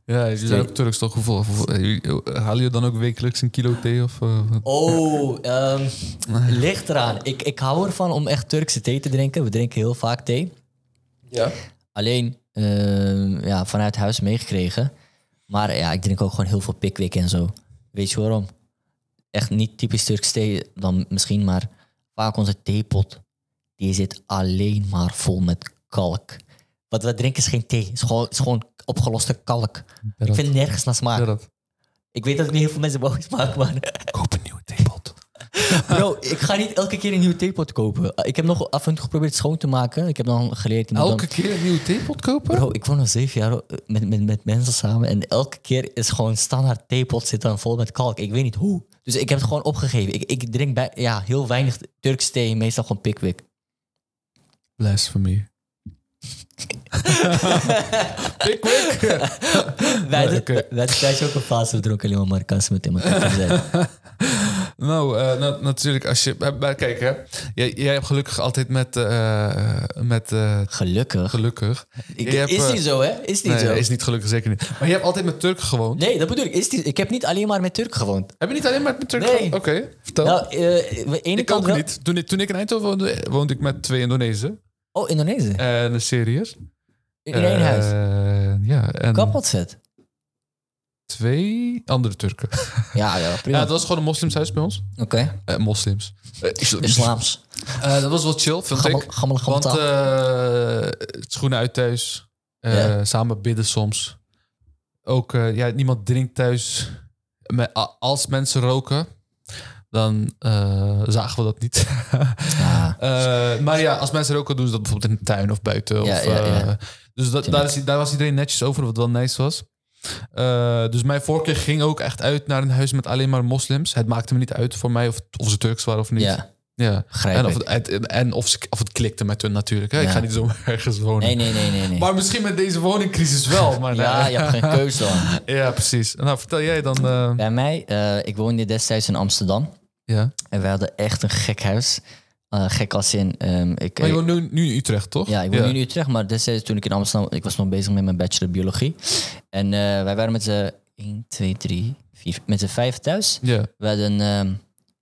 Ja, je zijn ook Turks toch? Hoeveel, hoeveel, haal je dan ook wekelijks een kilo thee? Of, uh, Oh, um, ligt eraan. Ik, ik hou ervan om echt Turkse thee te drinken. We drinken heel vaak thee. Ja. Alleen uh, ja, vanuit huis meegekregen. Maar ja, ik drink ook gewoon heel veel Pickwick en zo. Weet je waarom? Echt niet typisch Turks thee dan misschien, maar vaak onze theepot, die zit alleen maar vol met kalk. Wat we drinken is geen thee. Het is gewoon, het is gewoon opgeloste kalk. Ja, ik vind het nergens naar smaak. Ja, ik weet dat ik niet heel veel mensen boos maak, maar... Koop een nieuwe theepot. Bro, ik ga niet elke keer een nieuwe theepot kopen. Ik heb nog af en toe geprobeerd schoon te maken. Ik heb dan geleerd... Elke dan... keer een nieuwe theepot kopen? Bro, ik woon al zeven jaar met, met, met mensen samen. En elke keer is gewoon standaard theepot zit dan vol met kalk. Ik weet niet hoe. Dus ik heb het gewoon opgegeven. Ik, ik drink bij, ja, heel weinig Turks thee. Meestal gewoon Pickwick. Blasphemy. Pickwick. Wij Nee, okay. hadden ook een fase. We dronken alleen maar Marokkaanse met iemand te zijn. Nou, uh, na, natuurlijk, als je... Maar kijk, hè. Jij, jij hebt gelukkig altijd met... Uh, met uh, gelukkig? Gelukkig. Ik, hebt, is niet zo, hè? Is niet nee, zo. is niet gelukkig, zeker niet. Maar je hebt altijd met Turken gewoond. Nee, dat bedoel ik. Is die, ik heb niet alleen maar met Turken gewoond. Heb je niet alleen maar met Turken nee. gewoond? Oké, okay, vertel. Nou, uh, ene ik kant ook wel... niet. Toen ik, toen ik in Eindhoven woonde, woonde ik met twee Indonesiërs. Oh, Indonesië? En een Syriër. In één uh, huis? Ja. En kapot vet. Twee andere Turken. Ja, ja, prima. Ja, het was gewoon een moslimshuis bij ons. Oké. Okay. Uh, moslims. Uh, islam. Islams. Uh, dat was wel chill, vind gammel, ik. Gammel, gammel, Want uh, schoenen uit thuis. Uh, yeah. Samen bidden soms. Ook, uh, ja, niemand drinkt thuis. Als mensen roken, dan uh, zagen we dat niet. ja. uh, maar ja, als mensen roken, doen ze dat bijvoorbeeld in de tuin of buiten. Ja, of, ja, ja. Uh, dus dat, daar, is, daar was iedereen netjes over, wat wel nice was. Uh, dus mijn voorkeur ging ook echt uit naar een huis met alleen maar moslims. Het maakte me niet uit voor mij of, of ze Turks waren of niet. Ja. Ja. En, of het, en, en of, ze, of het klikte met hun natuurlijk. Hè? Ja. Ik ga niet zo ergens wonen. Nee, nee, nee, nee, nee. Maar misschien met deze woningcrisis wel. Maar ja, nee. je hebt geen keuze dan. Ja, precies. Nou, vertel jij dan... Uh... Bij mij, uh, ik woonde destijds in Amsterdam. Ja. En we hadden echt een gek huis. Uh, gek als in... Um, ik, maar je woont nu, nu in Utrecht, toch? Ja, ik woon ja. nu in Utrecht. Maar destijds toen ik in Amsterdam... Ik was nog bezig met mijn bachelor biologie. En uh, wij waren met z'n één, twee, drie, vier... Met z'n vijf thuis. Ja. We hadden een um,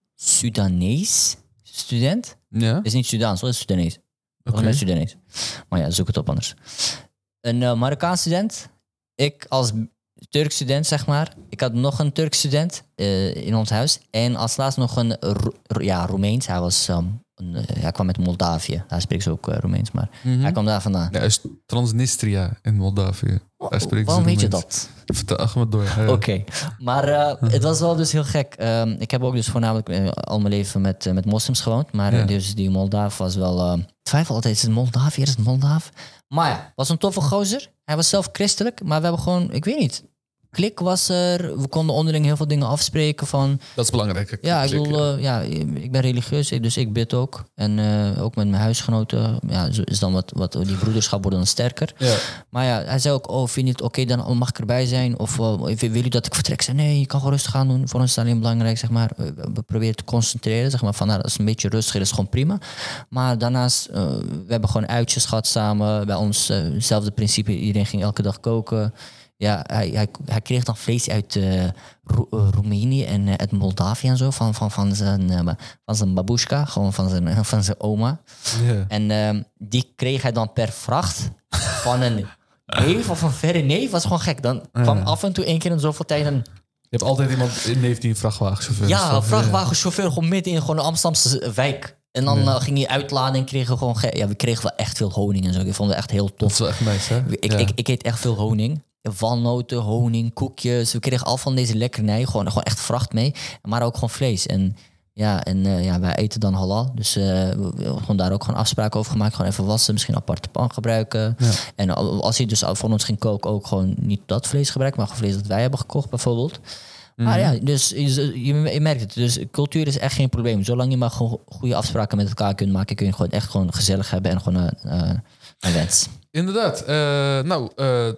Sudanees student. Ja. Het is niet Sudaans, hoor. Het is Sudanees. Volgens mij Sudanees. Maar ja, zoek het op anders. Een uh, Marokkaans student. Ik als Turks student, zeg maar. Ik had nog een Turks student uh, in ons huis. En als laatste nog een Ro- Ro- ja, Roemeens. Hij, was, um, een, uh, hij kwam uit Moldavië. Daar spreekt ze ook uh, Roemeens, maar mm-hmm. hij kwam daar vandaan. Ja, is Transnistria in Moldavië. Daar spreekt Waarom ze weet je dat? Vertel, ach maar door. Ja. Oké, okay. maar uh, het was wel dus heel gek. Um, ik heb ook dus voornamelijk uh, al mijn leven met, uh, met moslims gewoond. Maar ja. uh, dus die Moldaaf was wel... Uh, twijfel altijd, is het Moldavië, is het Moldaaf? Maar ja, was een toffe gozer. Hij was zelf christelijk, maar we hebben gewoon... Ik weet niet... Klik was er. We konden onderling heel veel dingen afspreken van... Dat is belangrijk. Ja, ik bedoel, ja. Uh, ja, ik ben religieus, dus ik bid ook. En uh, ook met mijn huisgenoten. Ja, zo is dan wat, wat die broederschap wordt dan sterker. Ja. Maar ja, hij zei ook, oh, vind je het oké, okay, dan mag ik erbij zijn? Of uh, wil je dat ik vertrek? Ik zei, nee, je kan gewoon rustig aan doen. Voor ons is het alleen belangrijk, zeg maar. We proberen te concentreren, zeg maar. Van, nou, dat is een beetje rustig, dat is gewoon prima. Maar daarnaast, uh, we hebben gewoon uitjes gehad samen. Bij ons, uh, hetzelfde principe. Iedereen ging elke dag koken. Ja, hij, hij, hij kreeg dan vlees uit uh, Ro- uh, Roemenië en uh, uit Moldavië en zo. Van, van, van, zijn, uh, van zijn babushka, gewoon van zijn, uh, van zijn oma. Yeah. En uh, die kreeg hij dan per vracht van een neef of een verre neef. Was gewoon gek. Dan kwam uh. af en toe één keer in zoveel tijd een... Je hebt altijd iemand in neef die een vrachtwagenchauffeur. Ja, een vrachtwagenchauffeur, gewoon midden in gewoon een Amsterdamse wijk. En dan ja. uh, ging hij uitladen en kregen gewoon... Ge- ja, we kregen wel echt veel honing en zo. Ik vond het echt heel tof. Dat is wel echt nice, hè? Ik, ja. ik, ik eet echt veel honing. Walnoten, honing, koekjes. We kregen al van deze lekkernijen. Gewoon, gewoon echt vracht mee. Maar ook gewoon vlees. En ja, en, uh, ja wij eten dan halal. Dus uh, we hebben daar ook gewoon afspraken over gemaakt. Gewoon even wassen, misschien een aparte pan gebruiken. Ja. En als hij dus voor ons ging koken, ook gewoon niet dat vlees gebruiken. Maar gewoon vlees dat wij hebben gekocht bijvoorbeeld. Mm-hmm. Maar ja, dus je, je merkt het. Dus cultuur is echt geen probleem. Zolang je maar gewoon goede afspraken met elkaar kunt maken, kun je gewoon echt gewoon gezellig hebben en gewoon uh, uh, een wens. Inderdaad. Uh, nou... Uh...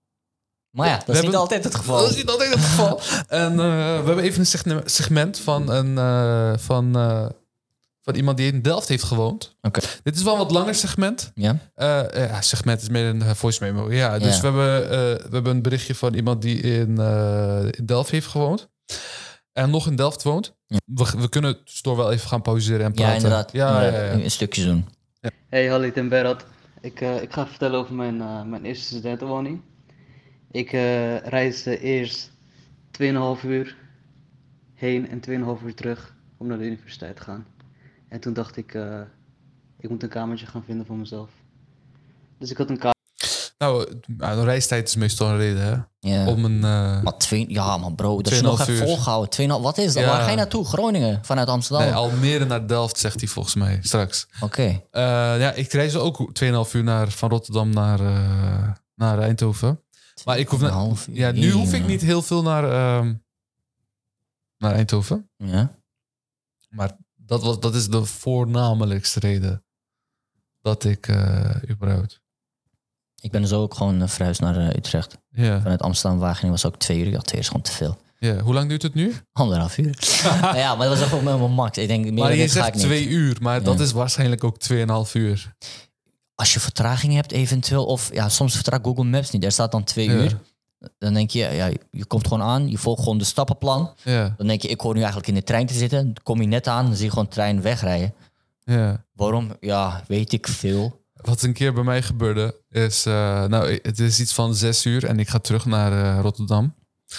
Maar ja, dat we is hebben, niet altijd het geval. Dat is niet altijd het geval. En uh, we hebben even een segment van een, uh, van, uh, van iemand die in Delft heeft gewoond. Oké. Dit is wel een wat langer segment. Ja? Uh, ja, segment is meer een uh, voice memo. Ja, dus Ja. We, hebben, uh, we hebben een berichtje van iemand die in, uh, in Delft heeft gewoond. En nog in Delft woont. Ja. We, we kunnen het store wel even gaan pauzeren en praten. Ja, inderdaad. Ja, inderdaad. ja, ja. Een stukje doen. Ja. Hey, Halit en Berat. Ik, uh, ik ga vertellen over mijn, uh, mijn eerste studentenwoning. Ik uh, reisde eerst twee komma vijf uur heen en twee komma vijf uur terug om naar de universiteit te gaan. En toen dacht ik, uh, ik moet een kamertje gaan vinden voor mezelf. Dus ik had een kamer. Nou, de reistijd is meestal een reden, hè? Ja. Om een... Uh... Maar twee, ja, man, bro, dat je tweeënhalf nog hebt uur. volgehouden. Tweeënhalf- Wat is dat? Ja. Waar ga je naartoe? Groningen, vanuit Amsterdam? Nee, Almere naar Delft, zegt hij volgens mij, straks. Oké. Okay. Uh, ja, ik reis ook twee komma vijf uur naar, van Rotterdam naar, uh, naar Eindhoven. Maar ik hoef na, ja, nu hoef ik niet heel veel naar, uh, naar Eindhoven. Ja. Maar dat, was, dat is de voornamelijkste reden dat ik uh, überhaupt... Ik ben dus ook gewoon uh, verhuisd naar uh, Utrecht. Yeah. Vanuit Amsterdam, Wageningen was ook twee uur. Ja, twee uur is gewoon te veel. Ja, yeah. Hoe lang duurt het nu? Anderhalf uur. Ja, maar dat was ook mijn max. Ik denk, meer maar je ga zegt ik twee niet. uur, maar ja. dat is waarschijnlijk ook tweeënhalf uur. Als je vertraging hebt eventueel, of ja, soms vertraagt Google Maps niet. Er staat dan twee ja. uur. Dan denk je, ja, je komt gewoon aan, je volgt gewoon de stappenplan. Ja. Dan denk je, ik hoor nu eigenlijk in de trein te zitten. Dan kom je net aan, dan zie je gewoon de trein wegrijden. Ja. Waarom? Ja, weet ik veel. Wat een keer bij mij gebeurde is... Uh, nou, het is iets van zes uur en ik ga terug naar uh, Rotterdam.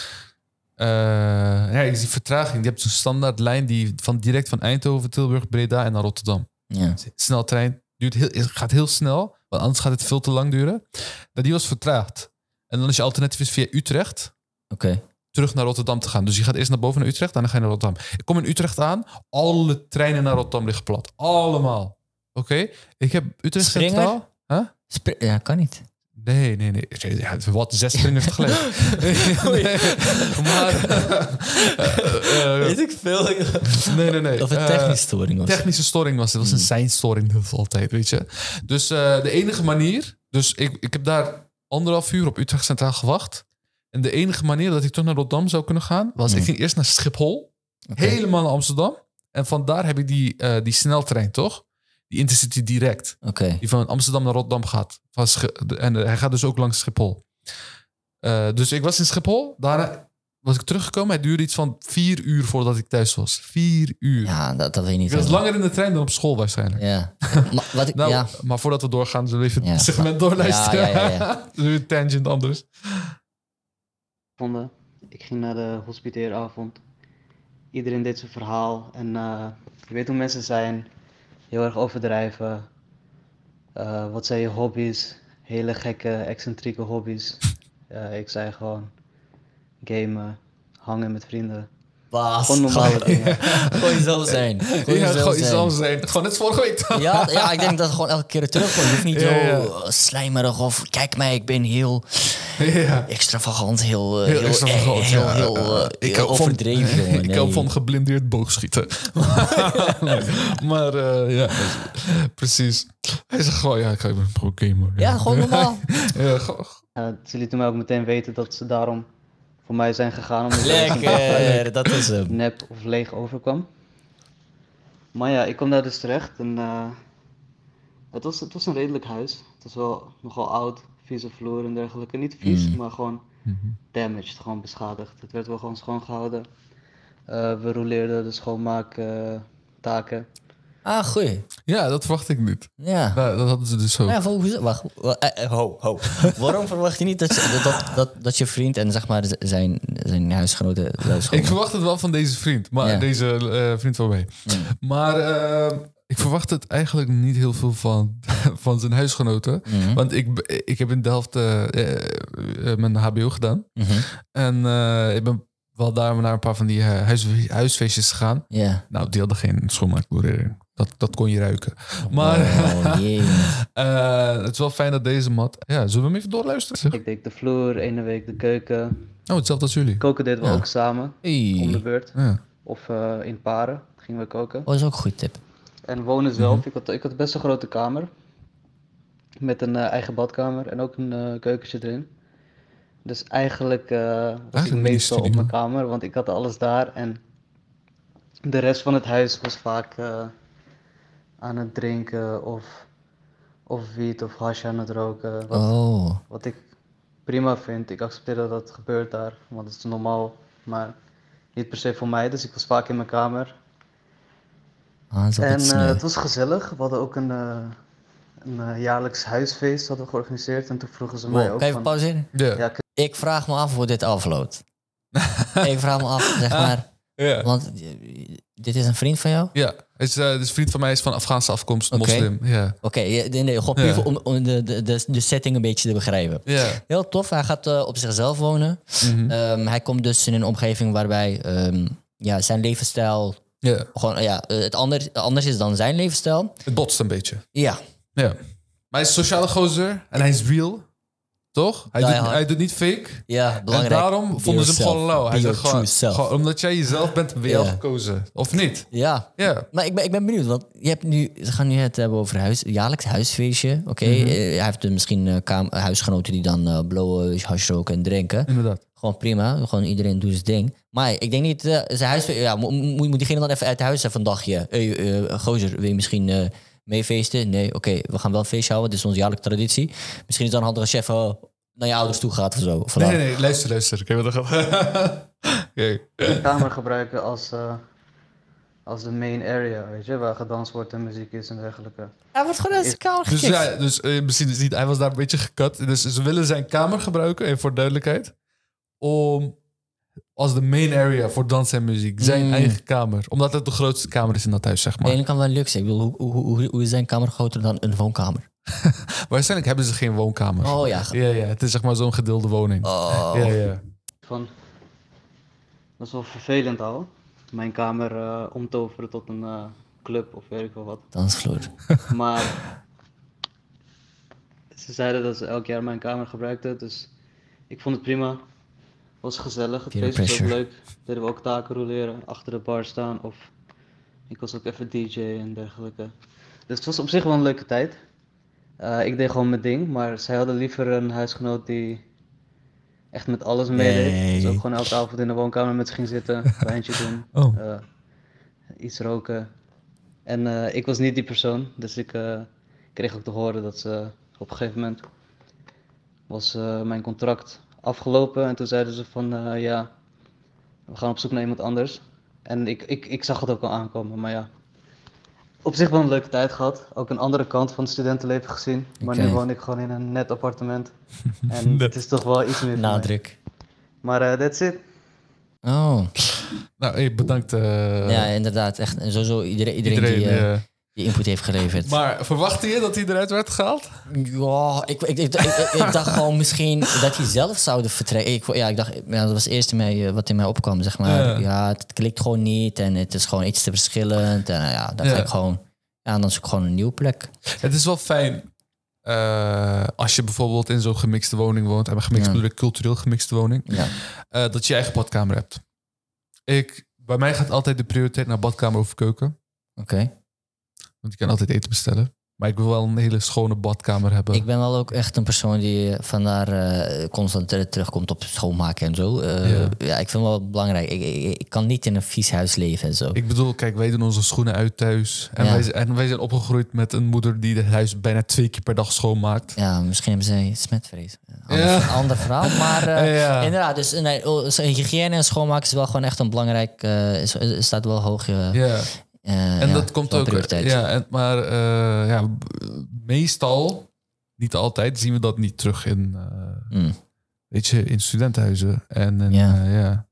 Uh, ja, ik zie vertraging. Je hebt zo'n standaard lijn die van direct van Eindhoven, Tilburg, Breda en naar Rotterdam. Ja. Sneltrein. Duurt heel, het gaat heel snel, want anders gaat het veel te lang duren. Maar die was vertraagd. En dan is je alternatief is via Utrecht... Okay. terug naar Rotterdam te gaan. Dus je gaat eerst naar boven naar Utrecht en dan ga je naar Rotterdam. Ik kom in Utrecht aan. Alle treinen naar Rotterdam liggen plat. Allemaal. Oké? Okay? Ik heb Utrecht Springer? Centraal. Huh? Spr- ja, kan niet. Nee, nee, nee. Ja, wat, zes springers tegelijk. nee, maar... Uh, uh, Weet ik veel. Nee, nee, nee. Of een technische storing was. Technische storing was het. Het was een seinstoring. Dat is altijd, weet je. Dus uh, de enige manier... Dus ik, ik heb daar anderhalf uur op Utrecht Centraal gewacht. En de enige manier dat ik toch naar Rotterdam zou kunnen gaan... was, mm. ik ging eerst naar Schiphol. Okay. Helemaal naar Amsterdam. En vandaar heb ik die, uh, die sneltrein, toch? Die Intercity direct. Okay. Die van Amsterdam naar Rotterdam gaat. Van Sch- en hij gaat dus ook langs Schiphol. Uh, dus ik was in Schiphol. Daarna was ik teruggekomen. Het duurde iets van vier uur voordat ik thuis was. Vier uur. Ja, dat, dat weet je niet. Ik was langer in de trein dan op school waarschijnlijk. Ja. maar, wat ik, nou, ja. maar voordat we doorgaan, zullen we even ja. het segment doorluisteren. Ja, ja, ja, ja. Dus een tangent anders. Ik ging naar de hospiteeravond. Iedereen deed zijn verhaal. En uh, je weet hoe mensen zijn. Heel erg overdrijven. Uh, wat zijn je hobby's? Hele gekke, excentrieke hobby's. Uh, ik zei gewoon gamen, hangen met vrienden. Baas. Gewoon normale gewoon, dingen. Gewoon jezelf zijn. Gewoon ja, jezelf gewoon zijn. jezelf zijn. Gewoon net vorige week. ja, ja, ik denk dat het gewoon elke keer terugkomt. Je hoeft niet ja, ja. zo slijmerig of kijk mij, ik ben heel ja. extravagant, heel, heel, heel extravagant, heel, ja. heel, heel, uh, ik heel overdreven. Van, jongen. ik nee. hou van geblindeerd boogschieten. maar uh, ja, precies. Hij zegt gewoon, ja, ik ga even gewoon gamen. Ja, ja gewoon normaal. ja, gewoon. Uh, ze lieten mij ook meteen weten dat ze daarom voor mij zijn gegaan. Omdat Lekker, dat is hem. Nep of leeg overkwam. Maar ja, ik kwam daar dus terecht en uh, het, was, het was een redelijk huis. Het was wel nogal oud, vieze vloer en dergelijke. Niet vies, mm. maar gewoon mm-hmm. damaged, gewoon beschadigd. Het werd wel gewoon schoongehouden. Uh, we rouleerden de schoonmaaktaken. Uh, Ah, goeie. Ja, dat verwacht ik niet. Ja. Nou, dat hadden ze dus zo. Ja, wacht, wacht, uh, ho, ho. Waarom verwacht je niet dat je, dat, dat, dat je vriend en zeg maar zijn, zijn huisgenoten... Ik verwacht het wel van deze vriend, maar ja. deze uh, vriend van mij. Mm. Maar uh, ik verwacht het eigenlijk niet heel veel van, van zijn huisgenoten. Mm-hmm. Want ik, ik heb in Delft uh, uh, uh, mijn H B O gedaan. Mm-hmm. En uh, ik ben wel daar naar een paar van die uh, huis, huisfeestjes gegaan. Yeah. Nou, die hadden geen schoonmaakchlorering. Dat, dat kon je ruiken. Maar oh, yeah. uh, het is wel fijn dat deze mat... Ja, zullen we hem even doorluisteren? Zeg? Ik deed de vloer, ene week de keuken. Oh, hetzelfde als jullie. Koken deden we ja. ook samen. Hey. Om de beurt. Ja. Of uh, in paren gingen we koken. Oh, dat is ook een goede tip. En wonen zelf. Mm-hmm. Ik, had, ik had best een grote kamer. Met een uh, eigen badkamer. En ook een uh, keukentje erin. Dus eigenlijk uh, was eigenlijk ik meestal op mijn kamer. Want ik had alles daar. En de rest van het huis was vaak... Uh, aan het drinken of, of wiet of hash aan het roken. Wat, Oh. wat ik prima vind. Ik accepteer dat dat gebeurt daar, want het is normaal, maar niet per se voor mij. Dus ik was vaak in mijn kamer. Ah, dat is wel En wat eh, sneu. het was gezellig. We hadden ook een, eh, een eh, jaarlijks huisfeest hadden we georganiseerd. En toen vroegen ze mij Wow, ook kan je even van... pauzeren? Ja. Ja, Ik vraag me af hoe dit afloopt. Ik vraag me af, zeg maar. Ja. Want eh, dit is een vriend van jou? Ja, het is, uh, dus een vriend van mij is van Afghaanse afkomst, Oké. moslim. Ja. Oké, okay, nee, nee, gewoon puur Ja. voor om, om de, de, de, de setting een beetje te begrijpen. Ja. Heel tof, hij gaat uh, op zichzelf wonen. Mhm. Um, hij komt dus in een omgeving waarbij um, ja, zijn levensstijl Ja. gewoon, ja, het ander, anders is dan zijn levensstijl. Het botst een beetje. Ja, Ja. Maar hij is een sociale gozer en hij is real. Toch? Hij, Die doet, hard. hij doet niet fake. ja En belangrijk. daarom Be vonden ze hem yourself. gewoon lauw. Hij Be zegt your gewoon, true self. gewoon omdat jij jezelf bent, ben je al Ja. gekozen. Of niet? Ja, Ja. maar ik ben, ik ben benieuwd, want je hebt nu, ze gaan nu het hebben over huis, jaarlijks huisfeestje. Oké, Mhm. Eh, hij heeft dus misschien uh, kam- huisgenoten die dan uh, blowen, hash roken en drinken. Inderdaad. Gewoon prima, gewoon iedereen doet zijn ding. Maar ik denk niet, uh, zijn huisfeestje, ja, moet, moet, moet diegene dan even uit huis even een dagje. Hey, uh, gozer, wil je misschien uh, meefeesten? Nee, oké, okay, we gaan wel een feestje houden, dit is onze jaarlijkse traditie. Misschien is dan handig als je even naar je ouders toe gaat of zo. Of Nee, dan- nee, nee, luister, luister. Kijk wat er gaat. Kijk. de kamer gebruiken als, uh, als de main area, weet je, waar gedanst wordt en muziek is en dergelijke. Hij wordt gewoon uit zijn kamer Dus, gekikt. ja, dus uh, misschien is niet, hij was daar een beetje gekat. Dus ze willen zijn kamer gebruiken, even voor duidelijkheid, om als de main area voor dans en muziek. Zijn Mm. eigen kamer. Omdat het de grootste kamer is in dat huis, zeg De maar. ene kan wel leuk zijn. Ik bedoel, hoe, hoe, hoe, hoe is zijn kamer groter dan een woonkamer? Waarschijnlijk hebben ze geen woonkamer. Oh ja. Ja, ja. Het is zeg maar zo'n gedeelde woning. Oh. Ja, ja. Van, dat is wel vervelend al. Mijn kamer uh, omtoveren tot een uh, club of weet ik wel wat. Dansvloer. Maar ze zeiden dat ze elk jaar mijn kamer gebruikten, dus ik vond het prima. Het was gezellig, het Peer feest was ook pressure. leuk. Deden we ook taken roleren, achter de bar staan of ik was ook even D J en dergelijke. Dus het was op zich wel een leuke tijd. Uh, ik deed gewoon mijn ding, maar zij hadden liever een huisgenoot die echt met alles meedeed. Nee. Dus ook gewoon elke avond in de woonkamer met ze ging zitten, een wijntje doen, Oh. uh, iets roken. En uh, ik was niet die persoon, dus ik uh, kreeg ook te horen dat ze op een gegeven moment was uh, mijn contract afgelopen en toen zeiden ze van uh, ja, we gaan op zoek naar iemand anders. En ik, ik, ik zag het ook al aankomen, maar ja. Op zich wel een leuke tijd gehad. Ook een andere kant van het studentenleven gezien. Maar Oké. nu woon ik gewoon in een net appartement. En het is toch wel iets meer voor mij. Nadruk. Maar uh, that's it. Oh. Nou, hey, bedankt. eh, Ja, inderdaad. Echt. En sowieso iedereen, iedereen, iedereen. die, uh, eh. die input heeft geleverd. Maar verwachtte je dat hij eruit werd gehaald? Ja, ik, ik, ik, ik, ik, ik dacht gewoon misschien dat hij zelf zouden vertrekken. Ik, ja, ik dacht, ja, dat was het eerste mij, uh, wat in mij opkwam, zeg maar. Ja. Ja, het klikt gewoon niet en het is gewoon iets te verschillend. En uh, ja, dan ga Ja. ik gewoon... Ja, dan zoek ik gewoon een nieuwe plek. Het is wel fijn eh, als je bijvoorbeeld in zo'n gemixte woning woont. En gemixt Ja. bedoel ik cultureel gemixte woning. Ja. eh, dat je je eigen badkamer hebt. Ik, bij mij gaat altijd de prioriteit naar badkamer of keuken. Oké. Want je kan altijd eten bestellen. Maar ik wil wel een hele schone badkamer hebben. Ik ben wel ook echt een persoon die vandaar uh, constant ter- terugkomt op schoonmaken en zo. Uh, Ja. ja. ik vind het wel belangrijk. Ik, ik, ik kan niet in een vies huis leven en zo. Ik bedoel, kijk, wij doen onze schoenen uit thuis. En, Ja. wij, zijn- en wij zijn opgegroeid met een moeder die het huis bijna twee keer per dag schoonmaakt. Ja, misschien hebben zij smetvrees. Ander, Ja. ander verhaal. Maar uh, Ja. inderdaad, dus nee, oh, zo hygiëne en schoonmaken is wel gewoon echt een belangrijk... Uh, is, is- staat wel hoog. Uh, Ja. uh, En ja, dat komt is wel ook. prioriteit. Ja, en, maar uh, ja, b- meestal, niet altijd, zien we dat niet terug in, uh, Mm. weet je, in studentenhuizen. En, en Ja. ja. ja.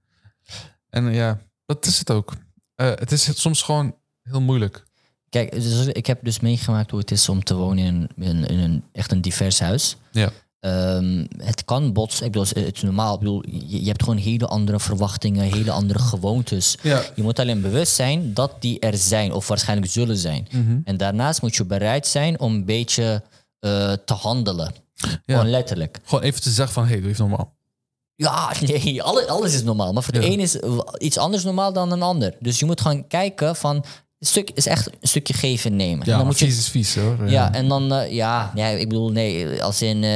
En ja, dat is het ook. Uh, het is soms gewoon heel moeilijk. Kijk, dus ik heb dus meegemaakt hoe het is om te wonen in, in, in een echt een divers huis. Ja. Um, het kan botsen. Ik bedoel, het is normaal. Ik bedoel, je, je hebt gewoon hele andere verwachtingen, hele andere gewoontes. Ja. Je moet alleen bewust zijn dat die er zijn of waarschijnlijk zullen zijn. Mm-hmm. En daarnaast moet je bereid zijn om een beetje uh, te handelen. Ja. Gewoon letterlijk. Gewoon even te zeggen van, hé, hey, doe even normaal. Ja, nee, alles, alles is normaal. Maar voor de Ja. een is iets anders normaal dan een ander. Dus je moet gewoon kijken van... Een stuk is echt een stukje geven en nemen. Ja, en dan moet je vies is vies hoor. Ja, en dan, uh, ja, ja, ik bedoel, nee, als in, uh,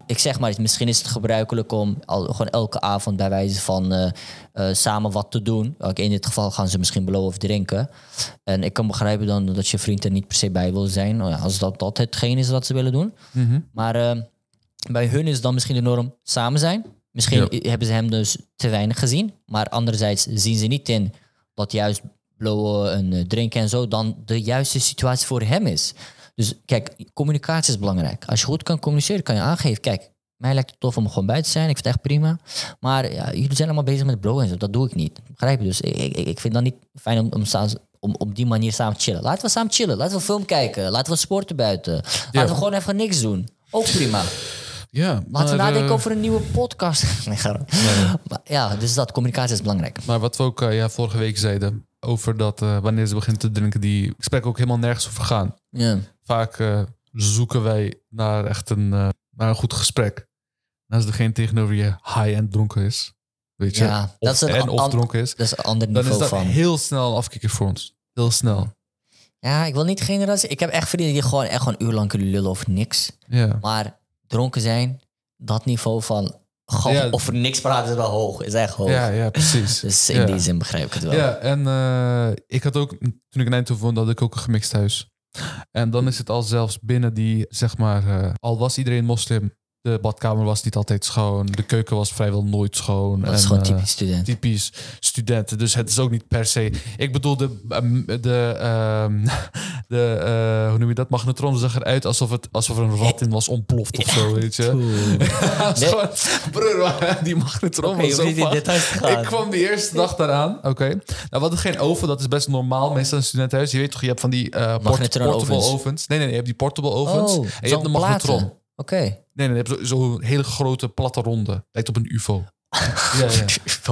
ik zeg maar, misschien is het gebruikelijk om al, gewoon elke avond bij wijze van uh, uh, samen wat te doen. Ook in dit geval gaan ze misschien beloven of drinken. En ik kan begrijpen dan dat je vriend er niet per se bij wil zijn. Nou ja, als dat, dat hetgeen is wat ze willen doen. Mm-hmm. Maar uh, bij hun is dan misschien de norm samen zijn. Misschien ja. hebben ze hem dus te weinig gezien. Maar anderzijds zien ze niet in dat juist blowen en uh, drinken en zo dan de juiste situatie voor hem is. Dus kijk, communicatie is belangrijk. Als je goed kan communiceren, kan je aangeven. Kijk, mij lijkt het tof om er gewoon bij te zijn. Ik vind het echt prima. Maar ja, jullie zijn allemaal bezig met blowen en zo. Dat doe ik niet. Begrijp je? Dus ik, ik, ik vind het dan niet fijn om, om, om op die manier samen te chillen. Laten we samen chillen. Laten we film kijken. Laten we sporten buiten. Laten ja. we gewoon even niks doen. Ook prima. Ja, Laten maar, we nadenken uh, over een nieuwe podcast. nee, nee. Maar, ja, dus dat, communicatie is belangrijk. Maar wat we ook uh, ja, vorige week zeiden... over dat uh, wanneer ze begint te drinken... die gesprekken ook helemaal nergens over gaan. Ja. Vaak uh, zoeken wij naar echt een, uh, naar een goed gesprek. En als degene tegenover je high-end dronken is... weet je, ja, of, dat is een en of an- dronken is... dat is een ander niveau dan is dat van. heel snel een afkikker voor ons. Heel snel. Ja, ik wil niet generatie... Ik heb echt vrienden die gewoon echt gewoon uur lang kunnen lullen over niks. Ja. Maar dronken zijn... dat niveau van gewoon ja. over niks praten is wel hoog. Is echt hoog. Ja, ja, precies. Dus in ja. die zin begrijp ik het wel. Ja, en uh, ik had ook, toen ik in Eindhoven woonde, had ik ook een gemixt huis. En dan is het al zelfs binnen die, zeg maar, uh, al was iedereen moslim, de badkamer was niet altijd schoon, de keuken was vrijwel nooit schoon. Dat is en, gewoon uh, typisch student. Typisch studenten, dus het is ook niet per se... Ik bedoel, de, um, de, um, de uh, hoe noem je dat, magnetron zag eruit alsof, het, alsof er een rat in was ontploft of ja, zo, weet je. nee. gewoon, broer, die magnetron okay, was zo vast. Ik kwam die eerste dag daaraan, oké. Okay. Nou, we hadden geen oven, dat is best normaal, meestal in een studentenhuis. Je weet toch, je hebt van die uh, port- portable ovens. ovens. Nee, nee, nee, je hebt die portable ovens oh, en je hebt de magnetron. Oké. Okay. Nee, nee, je hebt zo'n zo hele grote platte ronde. Lijkt op een U F O. Ja, ja.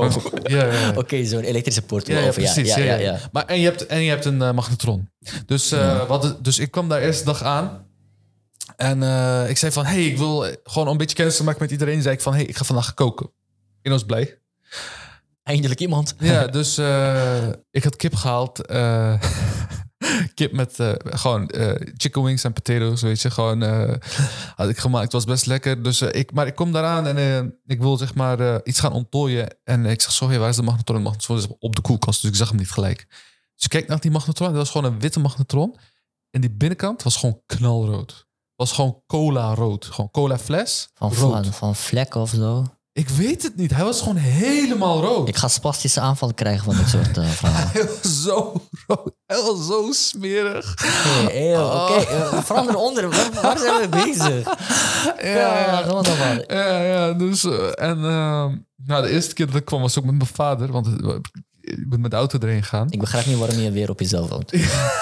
ja, ja, ja. Oké, okay, zo'n elektrische portable ja, ja, oven. Precies, ja, ja, ja, ja, ja. ja. Maar, en, je hebt, en je hebt een uh, magnetron. Dus, uh, ja. wat, dus ik kwam daar eerste dag aan. En uh, ik zei van, hey, ik wil gewoon een beetje kennis te maken met iedereen. Zei ik van, hey, ik ga vandaag koken. Ik was blij. Eindelijk iemand. Ja, dus uh, ik had kip gehaald. Uh, kip met uh, gewoon uh, chicken wings en potatoes, weet je. Gewoon uh, had ik gemaakt. Het was best lekker. Dus, uh, ik, maar ik kom daaraan en uh, ik wil zeg maar uh, iets gaan onttooien. En ik zeg zo, hey, waar is de magnetron? De magnetron is op de koelkast, dus ik zag hem niet gelijk. Dus ik kijk naar die magnetron. Dat was gewoon een witte magnetron. En die binnenkant was gewoon knalrood. Was gewoon cola rood. Gewoon cola fles. Van, van, van vlekken of zo. Ik weet het niet. Hij was gewoon helemaal rood. Ik ga spastische aanvallen krijgen van dit soort uh, verhalen. Hij was zo rood. Hij was zo smerig. Hey, oh. Oké, okay. uh, verander onder. Waar, waar zijn we bezig? Ja, ja, ja, ja. Dus, uh, en uh, nou, de eerste keer dat ik kwam was ook met mijn vader. Want uh, ik ben met de auto erheen gegaan. Ik begrijp niet waarom je weer op jezelf woont.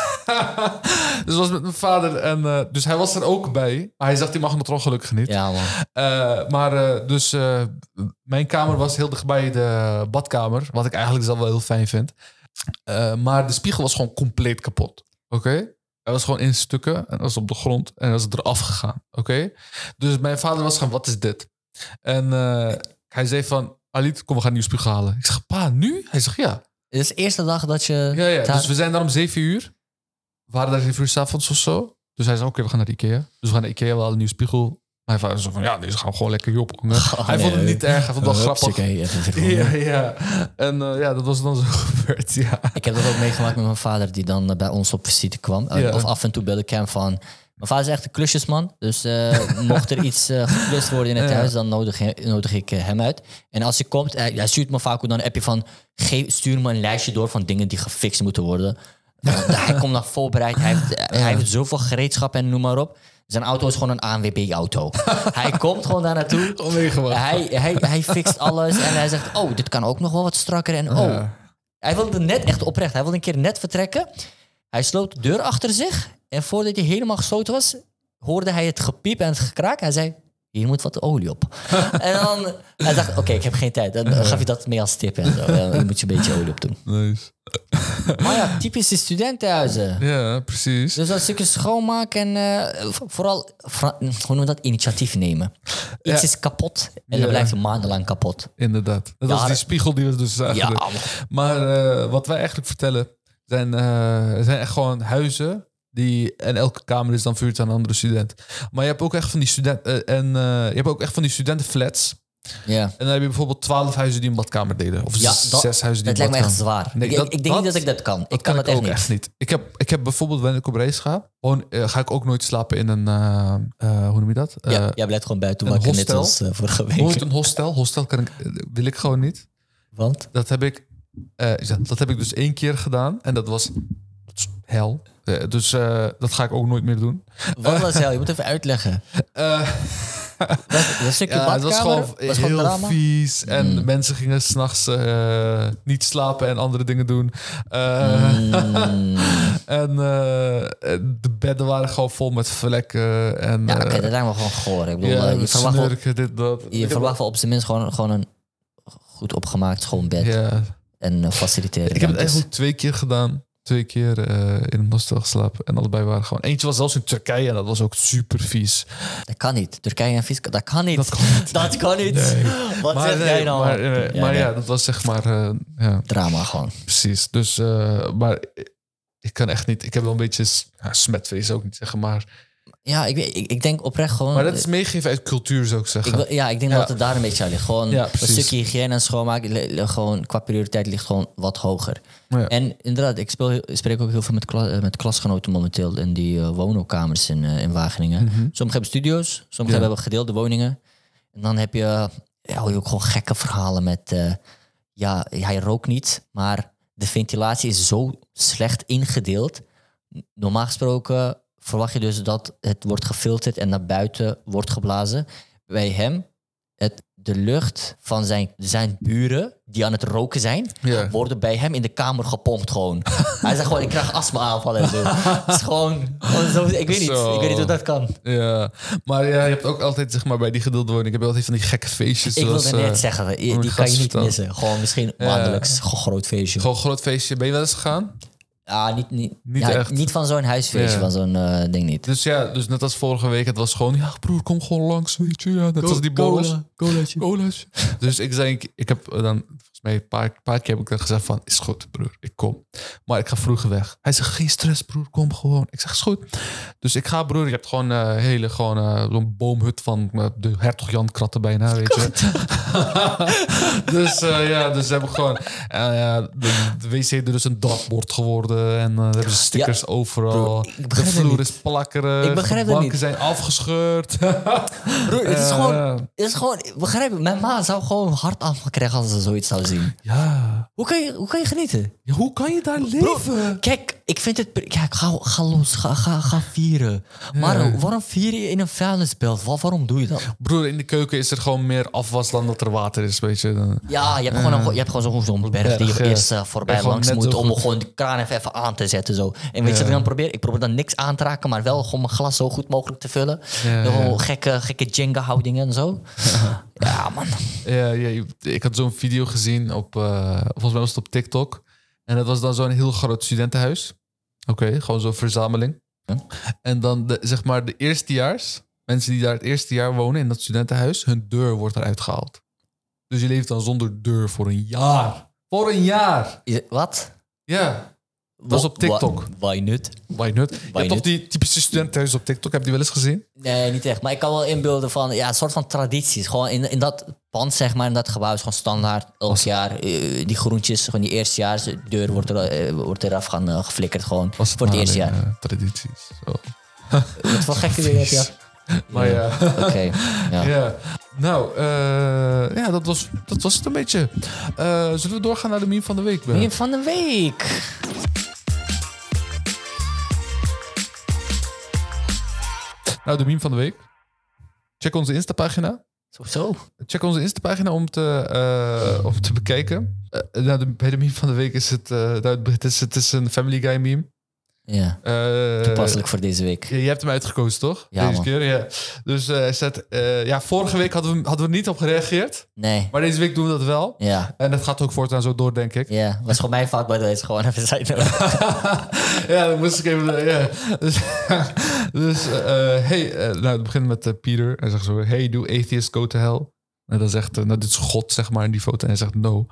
Dus was met mijn vader. En, uh, dus hij was er ook bij. Maar hij zag die magnetron gelukkig niet. Ja, man. Uh, maar uh, dus uh, mijn kamer was heel dichtbij de badkamer. Wat ik eigenlijk zelf wel heel fijn vind. Uh, maar de spiegel was gewoon compleet kapot. Oké? Okay? Hij was gewoon in stukken. En dat was op de grond. En dat was eraf gegaan. Oké? Okay? Dus mijn vader was gewoon, wat is dit? En uh, hij zei van, Alit, kom, we gaan een nieuwe spiegel halen. Ik zeg, pa, nu? Hij zegt, ja. Dit is de eerste dag dat je... Ja, ja. Dus we zijn daar om zeven uur. We waren daar zeven uur 's avonds of zo. Dus hij zei, oké, okay, we gaan naar de Ikea. Dus we gaan naar de Ikea, we halen een nieuwe spiegel. Mijn vader zei van, ja, deze gaan we gewoon lekker op. Oh, hij nee, vond het niet erg, hij vond het wel uh, grappig. Okay, ja, ja. En uh, ja, dat was dan zo gebeurd, ja. Ik heb dat ook meegemaakt met mijn vader, die dan uh, bij ons op visite kwam. Uh, ja. Of af en toe belde ik hem van... Mijn vader is echt een klusjesman. Dus uh, mocht er iets uh, geklust worden in het ja. huis, dan nodig, he, nodig ik uh, hem uit. En als hij komt, hij, hij stuurt me vaak ook dan een appje van... Geef, stuur me een lijstje door van dingen die gefixt moeten worden. Uh, hij komt dan voorbereid. Hij heeft, uh, ja. hij heeft zoveel gereedschap en noem maar op. Zijn auto is gewoon een A N W B-auto. Hij komt gewoon daar naartoe. Hij, hij, hij fixt alles en hij zegt... Oh, dit kan ook nog wel wat strakker. En oh, ja. Hij wilde net echt oprecht. Hij wilde een keer net vertrekken. Hij sloot de deur achter zich... En voordat hij helemaal gesloten was, hoorde hij het gepiep en het gekraak. Hij zei, hier moet wat olie op. En dan, hij dacht, oké, okay, ik heb geen tijd. Dan gaf je dat mee als tip en zo. Dan moet je een beetje olie op doen. Nice. Maar ja, typische studentenhuizen. Ja, precies. Dus als ik schoonmaken en uh, vooral, hoe noemen we dat, initiatief nemen. Iets ja. is kapot en ja. dan blijft het maandenlang kapot. Inderdaad. Dat ja, was die spiegel die we dus zagen. Ja, maar uh, wat wij eigenlijk vertellen... Zijn, uh, zijn echt gewoon huizen Die, en elke kamer is dan verhuurd aan een andere student. Maar je hebt ook echt van die studenten... en uh, je hebt ook echt van die studentenflats. Ja. En dan heb je bijvoorbeeld twaalf huizen die een badkamer delen. Of Ja, zes dat, huizen die dat een lijkt me badkamer. echt zwaar. Nee, ik, dat, ik denk dat, niet dat ik dat kan. Dat ik kan kan dat ik echt ook niet. echt niet. Ik heb, ik heb bijvoorbeeld, wanneer ik op reis ga... Gewoon, uh, ga ik ook nooit slapen in een... Uh, uh, hoe noem je dat? Uh, Ja, jij blijft gewoon buiten een wakker, net hostel. als uh, vorige week. Nooit een hostel. Hostel kan ik, wil ik gewoon niet. Want? Dat heb ik, uh, dat heb ik dus één keer gedaan. En dat was, dat is hel. Uh, dus uh, dat ga ik ook nooit meer doen. Wat was hel? Je moet even uitleggen. Uh, dat, dat stukje ja, badkamer het was gewoon was heel gewoon drama? vies. En Mm. mensen gingen s'nachts uh, niet slapen en andere dingen doen. Uh, mm. En uh, de bedden waren gewoon vol met vlekken. En, ja, oké, okay, uh, dat lijkt me gewoon goor. Ik bedoel, ja, uh, je verwacht wel, snurken, dit, dat. je verwacht wel op zijn minst gewoon, gewoon een goed opgemaakt schoon bed. Ja. En uh, faciliteren. Ik heb het eigenlijk twee keer gedaan. Twee keer uh, in een hostel geslapen. En allebei waren gewoon... Eentje was zelfs in Turkije en dat was ook super vies. Dat kan niet. Turkije en vies... Dat kan niet. Dat kan niet. Dat kan niet. Nee. Wat maar, zeg nee, jij nou? Maar, uh, ja, maar nee. ja, dat was zeg maar... Uh, ja. Drama gewoon. Precies. Dus... Uh, maar ik kan echt niet... Ik heb wel een beetje... Ja, smetvrees ook niet zeggen, maar... Ja, ik, ik, ik denk oprecht gewoon... Maar dat is meegegeven uit cultuur, zou ik zeggen. Ik, ja, ik denk ja. dat het daar een beetje aan ligt. Gewoon ja, een stukje hygiëne en schoonmaken, gewoon qua prioriteit ligt gewoon wat hoger. Ja. En inderdaad, ik speel, spreek ook heel veel met, kla, met klasgenoten momenteel in die uh, woonkamers in, uh, in Wageningen. Mm-hmm. Sommigen hebben studio's, sommigen ja. hebben gedeelde woningen. En dan heb je, ja, hoor je ook gewoon gekke verhalen met... Uh, ja, hij rookt niet, maar de ventilatie is zo slecht ingedeeld. Normaal gesproken... verwacht je dus dat het wordt gefilterd en naar buiten wordt geblazen. Bij hem, het, de lucht van zijn, zijn buren die aan het roken zijn, yeah. worden bij hem in de kamer gepompt gewoon. Hij zegt gewoon, ik krijg astma-aanvallen en zo. Het is gewoon, gewoon zo, ik weet niet, zo. ik weet niet hoe dat kan. Ja, maar ja, je hebt ook altijd, zeg maar, bij die gedeelde woning, heb je altijd van die gekke feestjes. Ik wilde net uh, zeggen, die, die kan je niet missen. Gewoon misschien ja. maandelijks, gewoon groot feestje. Gewoon groot feestje. Ben je wel eens gegaan? Ah, niet, niet, niet, ja, echt. niet van zo'n huisfeestje, ja. van zo'n uh, ding niet. Dus ja, dus net als vorige week, het was gewoon... Ja, broer, kom gewoon langs, weet je. Ja, net als die borrels. Colaatje. Colaatje. Dus ik zei, ik, ik heb dan... Volgens mij een paar, paar keer heb ik dan gezegd van... Is goed, broer, ik kom. Maar ik ga vroeger weg. Hij zegt, geen stress, broer, kom gewoon. Ik zeg, is goed. Dus ik ga, broer, je hebt gewoon een uh, hele... Gewoon uh, zo'n boomhut van uh, de hertog Jan kratten bijna, weet je. dus uh, ja, dus hebben we gewoon... Uh, ja, de, de wc er dus een dartbord geworden. En uh, hebben ze stickers ja, overal. Broer, de vloer is plakkerig. Ik begrijp de banken niet. zijn afgescheurd. Broer, het is gewoon... Uh, het is gewoon begrijp je, mijn ma zou gewoon hartaanval krijgen als ze zoiets zou zien. Ja. Hoe kan je, hoe kan je genieten? Ja, hoe kan je daar leven? Bro, kijk, ik vind het... Kijk, ga, ga los, ga, ga, ga vieren. Ja. Maar waarom vier je in een vuilnisbelt? Waar, waarom doe je dat? Broer, in de keuken is er gewoon meer afwas dan dat er water is, weet je. Ja, je hebt uh, gewoon, een, je hebt gewoon zo'n zo berg, berg die je ja. eerst uh, voorbij langs moet om gewoon de kraan even, even aan te zetten. Zo. En weet je ja. wat ik dan probeer? Ik probeer dan niks aan te raken, maar wel gewoon mijn glas zo goed mogelijk te vullen. Ja, gewoon ja. gekke, gekke Jenga-houdingen en zo. Ja, man. Ja, ja, ik had zo'n video gezien op, uh, volgens mij was het op TikTok. En dat was dan zo'n heel groot studentenhuis. Oké, okay, gewoon zo'n verzameling. Ja. En dan, de, zeg maar, de eerstejaars, mensen die daar het eerste jaar wonen in dat studentenhuis, hun deur wordt eruit gehaald. Dus je leeft dan zonder deur voor een jaar. Voor een jaar! Wat? Ja. Dat was op TikTok. Why not? Why not? Je hebt toch die typische studentenhuis op TikTok? Heb je die wel eens gezien? Nee, niet echt. Maar ik kan wel inbeelden van... Ja, een soort van tradities. Gewoon in, in dat pand, zeg maar, in dat gebouw is gewoon standaard. Elk Als... jaar, uh, die groentjes, gewoon die eerstejaars, de deur wordt, er, uh, wordt eraf gaan uh, geflikkerd gewoon. Was het voor het eerste jaar. Uh, tradities. Zo. Wat voor gekke dingen heb je? Maar ja. Oké, okay, ja. ja. Nou, uh, ja, dat was, dat was het een beetje. Uh, zullen we doorgaan naar de meme van de week? Meme van de week. Nou, de meme van de week. Check onze Insta-pagina. Zo. Check onze Insta-pagina om te, uh, om te bekijken. Uh, nou, de, bij de meme van de week is het, uh, het, is, het is een Family Guy meme. Ja, uh, toepasselijk voor deze week. Je, je hebt hem uitgekozen, toch? Ja, deze man. keer, ja. Dus uh, zet, uh, ja, vorige week hadden we, hadden we niet op gereageerd. Nee. Maar deze week doen we dat wel. Ja. En dat gaat ook voortaan zo door, denk ik. Ja, was gewoon mijn fout bij deze. Gewoon even zijn. Ja, dan moest ik even... Ja. Dus, dus uh, hey, uh, nou, het begint met uh, Peter. Hij zegt zo, hey, do atheists go to hell? En dan zegt, uh, nou, dit is God, zeg maar, in die foto. En hij zegt, no.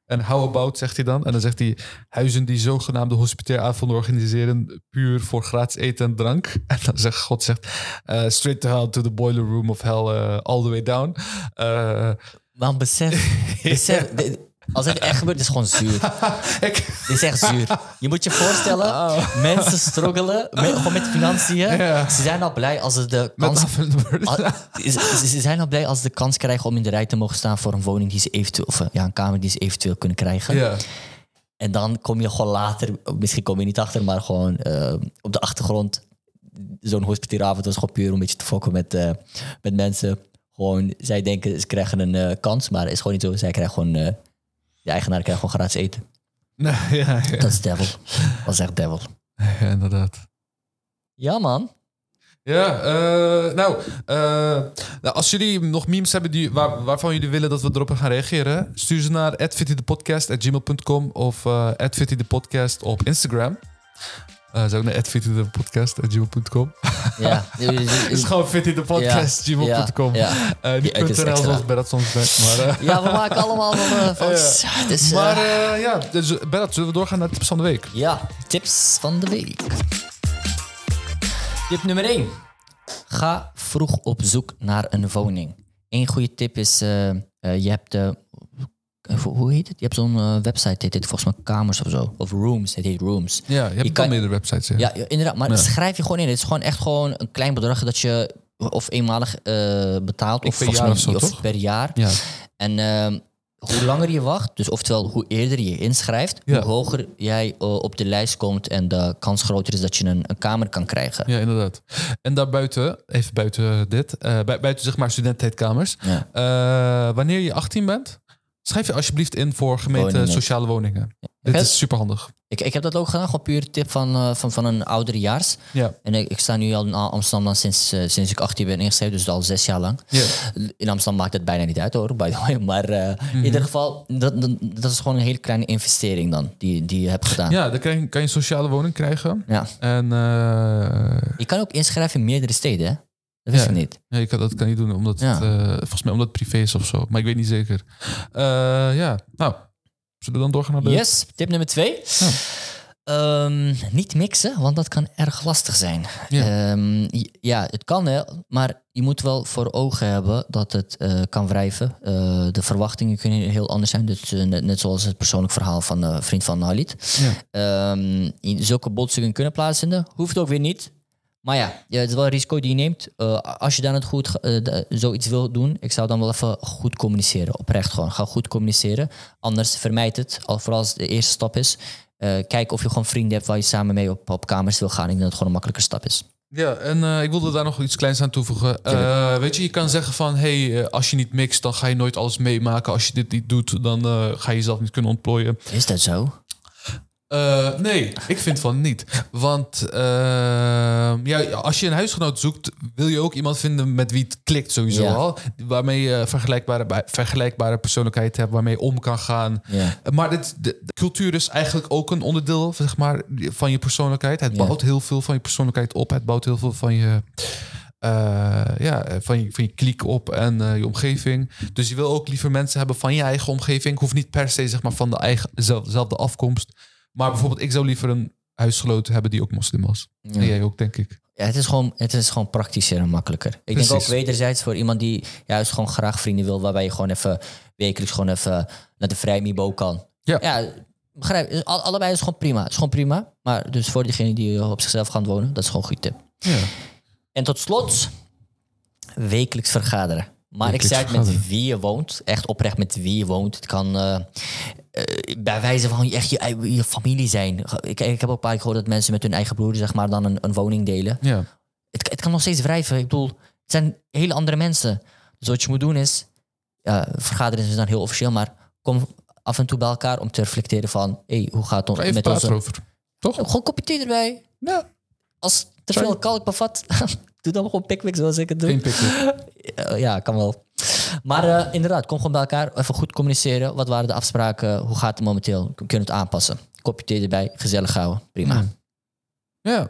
En how about, zegt hij dan. En dan zegt hij, huizen die zogenaamde hospiteeravonden organiseren... puur voor gratis eten en drank. En dan zegt God, zegt, uh, straight to hell, to the boiler room of hell, uh, all the way down. Uh, Man, besef, besef de, als het echt gebeurt, is het gewoon zuur. ik, Het is echt zuur. Je moet je voorstellen, Oh. mensen struggelen met, gewoon met financiën. Ja. Ze zijn al blij als ze de met kans... afvullende woorden. al- ze, ze zijn al blij als ze de kans krijgen om in de rij te mogen staan voor een woning die ze eventueel... Of ja, een kamer die ze eventueel kunnen krijgen. Ja. En dan kom je gewoon later, misschien kom je niet achter, maar gewoon uh, op de achtergrond. Zo'n hospitieravond was gewoon puur om een beetje te fokken met, uh, met mensen. Gewoon, zij denken ze krijgen een uh, kans, maar het is gewoon niet zo. Zij krijgen gewoon, uh, de eigenaar krijgt gewoon gratis eten. Nee, ja, ja. Dat is devil. Dat is echt devil. Ja, inderdaad. Ja, man. Ja, uh, nou, uh, nou, als jullie nog memes hebben die, waar, waarvan jullie willen dat we erop gaan reageren, stuur ze naar at fittythepodcast at gmail dot com of uh, at fittythepodcast op Instagram. Uh, zou ook naar at fittythepodcast at gmail dot com. Ja. Het is gewoon fittythepodcast at gmail dot com. Ja, ja. Uh, niet Ja, het is .nl extra. zoals Berat soms bent. Maar, uh, Ja, we maken allemaal wel uh, foto's. Ja. Dus, uh, maar uh, ja, dus, Berat, zullen we doorgaan naar de tips van de week? Ja, tips van de week. Tip nummer één. Ga vroeg op zoek naar een woning. Eén goede tip is, uh, uh, je hebt, uh, hoe heet het? Je hebt zo'n uh, website, heet het volgens mij Kamers of zo. Of Rooms, het heet Rooms. Ja, je hebt Je wel kan- meerdere websites. Ja. Ja, ja, inderdaad. Maar Ja. schrijf je gewoon in. Het is gewoon echt gewoon een klein bedrag dat je of eenmalig uh, betaalt. Of per volgens jaar mij- of zo, of toch? per jaar. Ja. En uh, hoe langer je wacht, dus oftewel hoe eerder je inschrijft, Ja. hoe hoger jij uh, op de lijst komt en de kans groter is dat je een, een kamer kan krijgen. Ja, inderdaad. En daarbuiten, even buiten dit, uh, bu- buiten zeg maar studententijdkamers. Ja. Uh, wanneer je achttien bent, schrijf je alsjeblieft in voor gemeente Woningen. sociale woningen. Dit heb- is superhandig. Ik, ik heb dat ook gedaan, gewoon puur tip van, uh, van, van een ouderejaars. Ja. En ik, ik sta nu al in Amsterdam dan sinds, uh, sinds ik achttien ben ingeschreven, dus al zes jaar lang. Ja. In Amsterdam maakt het bijna niet uit hoor, by the way. Maar uh, Mhm. in ieder geval, dat, dat, dat is gewoon een hele kleine investering dan, die, die je hebt gedaan. Ja, dan kan je, kan je een sociale woning krijgen. Ja. En uh, Je kan ook inschrijven in meerdere steden, hè? Dat wist Ja. ik niet. ja, je kan, dat kan je doen, omdat Ja. het, uh, volgens mij omdat het privé is of zo. Maar ik weet niet zeker. Uh, ja, nou, zullen we dan doorgaan naar de... Yes, tip nummer twee. Ja. Ehm, niet mixen, want dat kan erg lastig zijn. Ja. Ehm, j- ja, het kan hè, maar je moet wel voor ogen hebben dat het eh, kan wrijven. Eh, de verwachtingen kunnen heel anders zijn. Dus, eh, net, net zoals het persoonlijk verhaal van een vriend van Halid. Ja. Ehm, zulke botsingen kunnen plaatsvinden. Hoeft ook weer niet. Maar ja, ja, het is wel een risico die je neemt. Uh, als je dan het goed uh, de- zoiets wil doen, ik zou dan wel even goed communiceren. Oprecht gewoon. Ga goed communiceren. Anders vermijd het. Al vooral als het de eerste stap is. Uh, kijk of je gewoon vrienden hebt waar je samen mee op, op kamers wil gaan. Ik denk dat het gewoon een makkelijke stap is. Ja, en uh, ik wilde daar nog iets kleins aan toevoegen. Uh, weet je, je kan zeggen van... hey, uh, als je niet mixt, dan ga je nooit alles meemaken. Als je dit niet doet, dan uh, ga je jezelf niet kunnen ontplooien. Is dat zo? Uh, nee, ik vind van niet. Want uh, ja, als je een huisgenoot zoekt... wil je ook iemand vinden met wie het klikt sowieso Ja. al. Waarmee je vergelijkbare, vergelijkbare persoonlijkheid hebt... waarmee je om kan gaan. Ja. Maar dit, de, de cultuur is eigenlijk ook een onderdeel zeg maar, van je persoonlijkheid. Het Ja. bouwt heel veel van je persoonlijkheid op. Het bouwt heel veel van je, uh, ja, van je, van je kliek op en uh, je omgeving. Dus je wil ook liever mensen hebben van je eigen omgeving. Hoeft niet per se zeg maar, van de eigen, zelfde afkomst. Maar bijvoorbeeld, ik zou liever een huisgenoot hebben die ook moslim was. Ja. En jij ook, denk ik. Ja, het is gewoon, het is gewoon praktischer en makkelijker. Ik Precies. denk ook wederzijds voor iemand die juist gewoon graag vrienden wil... waarbij je gewoon even wekelijks gewoon even naar de vrijmibo kan. Ja. Ja, begrijp. Dus al- allebei is gewoon prima. Het is gewoon prima. Maar dus voor diegene die op zichzelf gaan wonen, dat is gewoon een goede tip. Ja. En tot slot, wekelijks vergaderen. Maar Wekelijks ik zei het met vergaderen. wie je woont. Echt oprecht met wie je woont. Het kan uh, uh, bij wijze van echt je, je familie zijn. Ik, ik heb ook een paar keer gehoord dat mensen met hun eigen broer zeg maar, dan een, een woning delen. Ja. Het, het kan nog steeds wrijven. Ik bedoel, het zijn hele andere mensen. Dus wat je moet doen is... Ja, vergaderen is dan heel officieel, maar kom af en toe bij elkaar om te reflecteren van... Hey, hoe gaat het Even met praten onze... over. Toch? Gewoon kopje thee erbij. Ja. Als te Sorry. veel kalk bevat, doe dan gewoon pickwick zoals ik het doe. Geen pikje. Uh, ja, kan wel. Maar uh, inderdaad, kom gewoon bij elkaar. Even goed communiceren. Wat waren de afspraken? Hoe gaat het momenteel? We kunnen het aanpassen. Kopje thee erbij. Gezellig houden. Prima. Ja. Ja.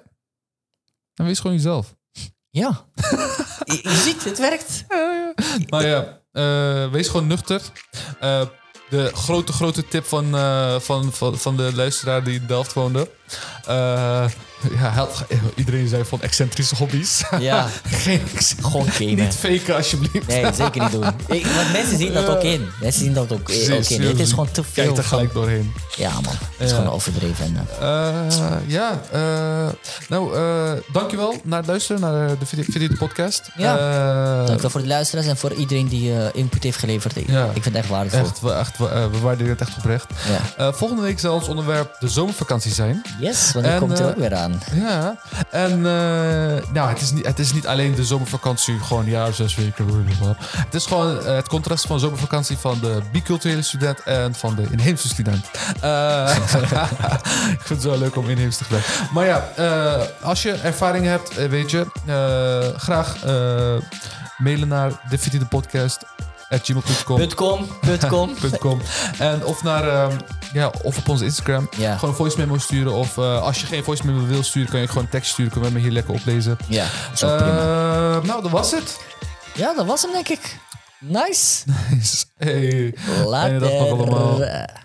En wees gewoon jezelf. Ja. je, je ziet, het werkt. Maar ja, uh, wees gewoon nuchter. Uh, de grote, grote tip van, uh, van, van, van de luisteraar die in Delft woonde. Uh, ja, had, iedereen zei van excentrische hobby's. Ja. Geen, Gewoon gamen. Niet faken, alsjeblieft. Nee, zeker niet doen. Ik, want mensen zien dat ook in. Mensen zien dat ook, ook in. Het is gewoon te veel. Kijk er gelijk van... doorheen. Ja, man. Het is Ja. gewoon overdreven. En, uh, ja, uh, nou, uh, dankjewel naar het luisteren naar de Video, video de podcast. Ja. Uh, dankjewel voor de luisteraars en voor iedereen die uh, input heeft geleverd. Ik, ja. ik vind het echt waardevol. Echt, we, echt, uh, we waarderen het echt oprecht. Ja. Uh, volgende week zal ons onderwerp de zomervakantie zijn. Yes, want die en, komt er uh, ook weer aan. Ja, en uh, nou, het, is niet, het is niet alleen de zomervakantie, gewoon ja, zes weken. Het is gewoon uh, het contrast van zomervakantie van de biculturele student en van de inheemse student. Uh, ik vind het zo leuk om inheems te gebruiken. Maar ja, uh, als je ervaring hebt, uh, weet je, uh, graag uh, mailen naar de Video de podcast. at gmail punt com. .com, .com. .com. En of naar um, ja, of op onze Instagram. Ja. Gewoon een voice memo sturen. Of uh, als je geen voice memo wil sturen, kan je gewoon een tekst sturen. Kunnen we hem hier lekker oplezen. Ja, zo uh, prima. Nou, dat was het. Ja, dat was hem denk ik. Nice. Nice. Hey. Later. Fijne dag nog allemaal.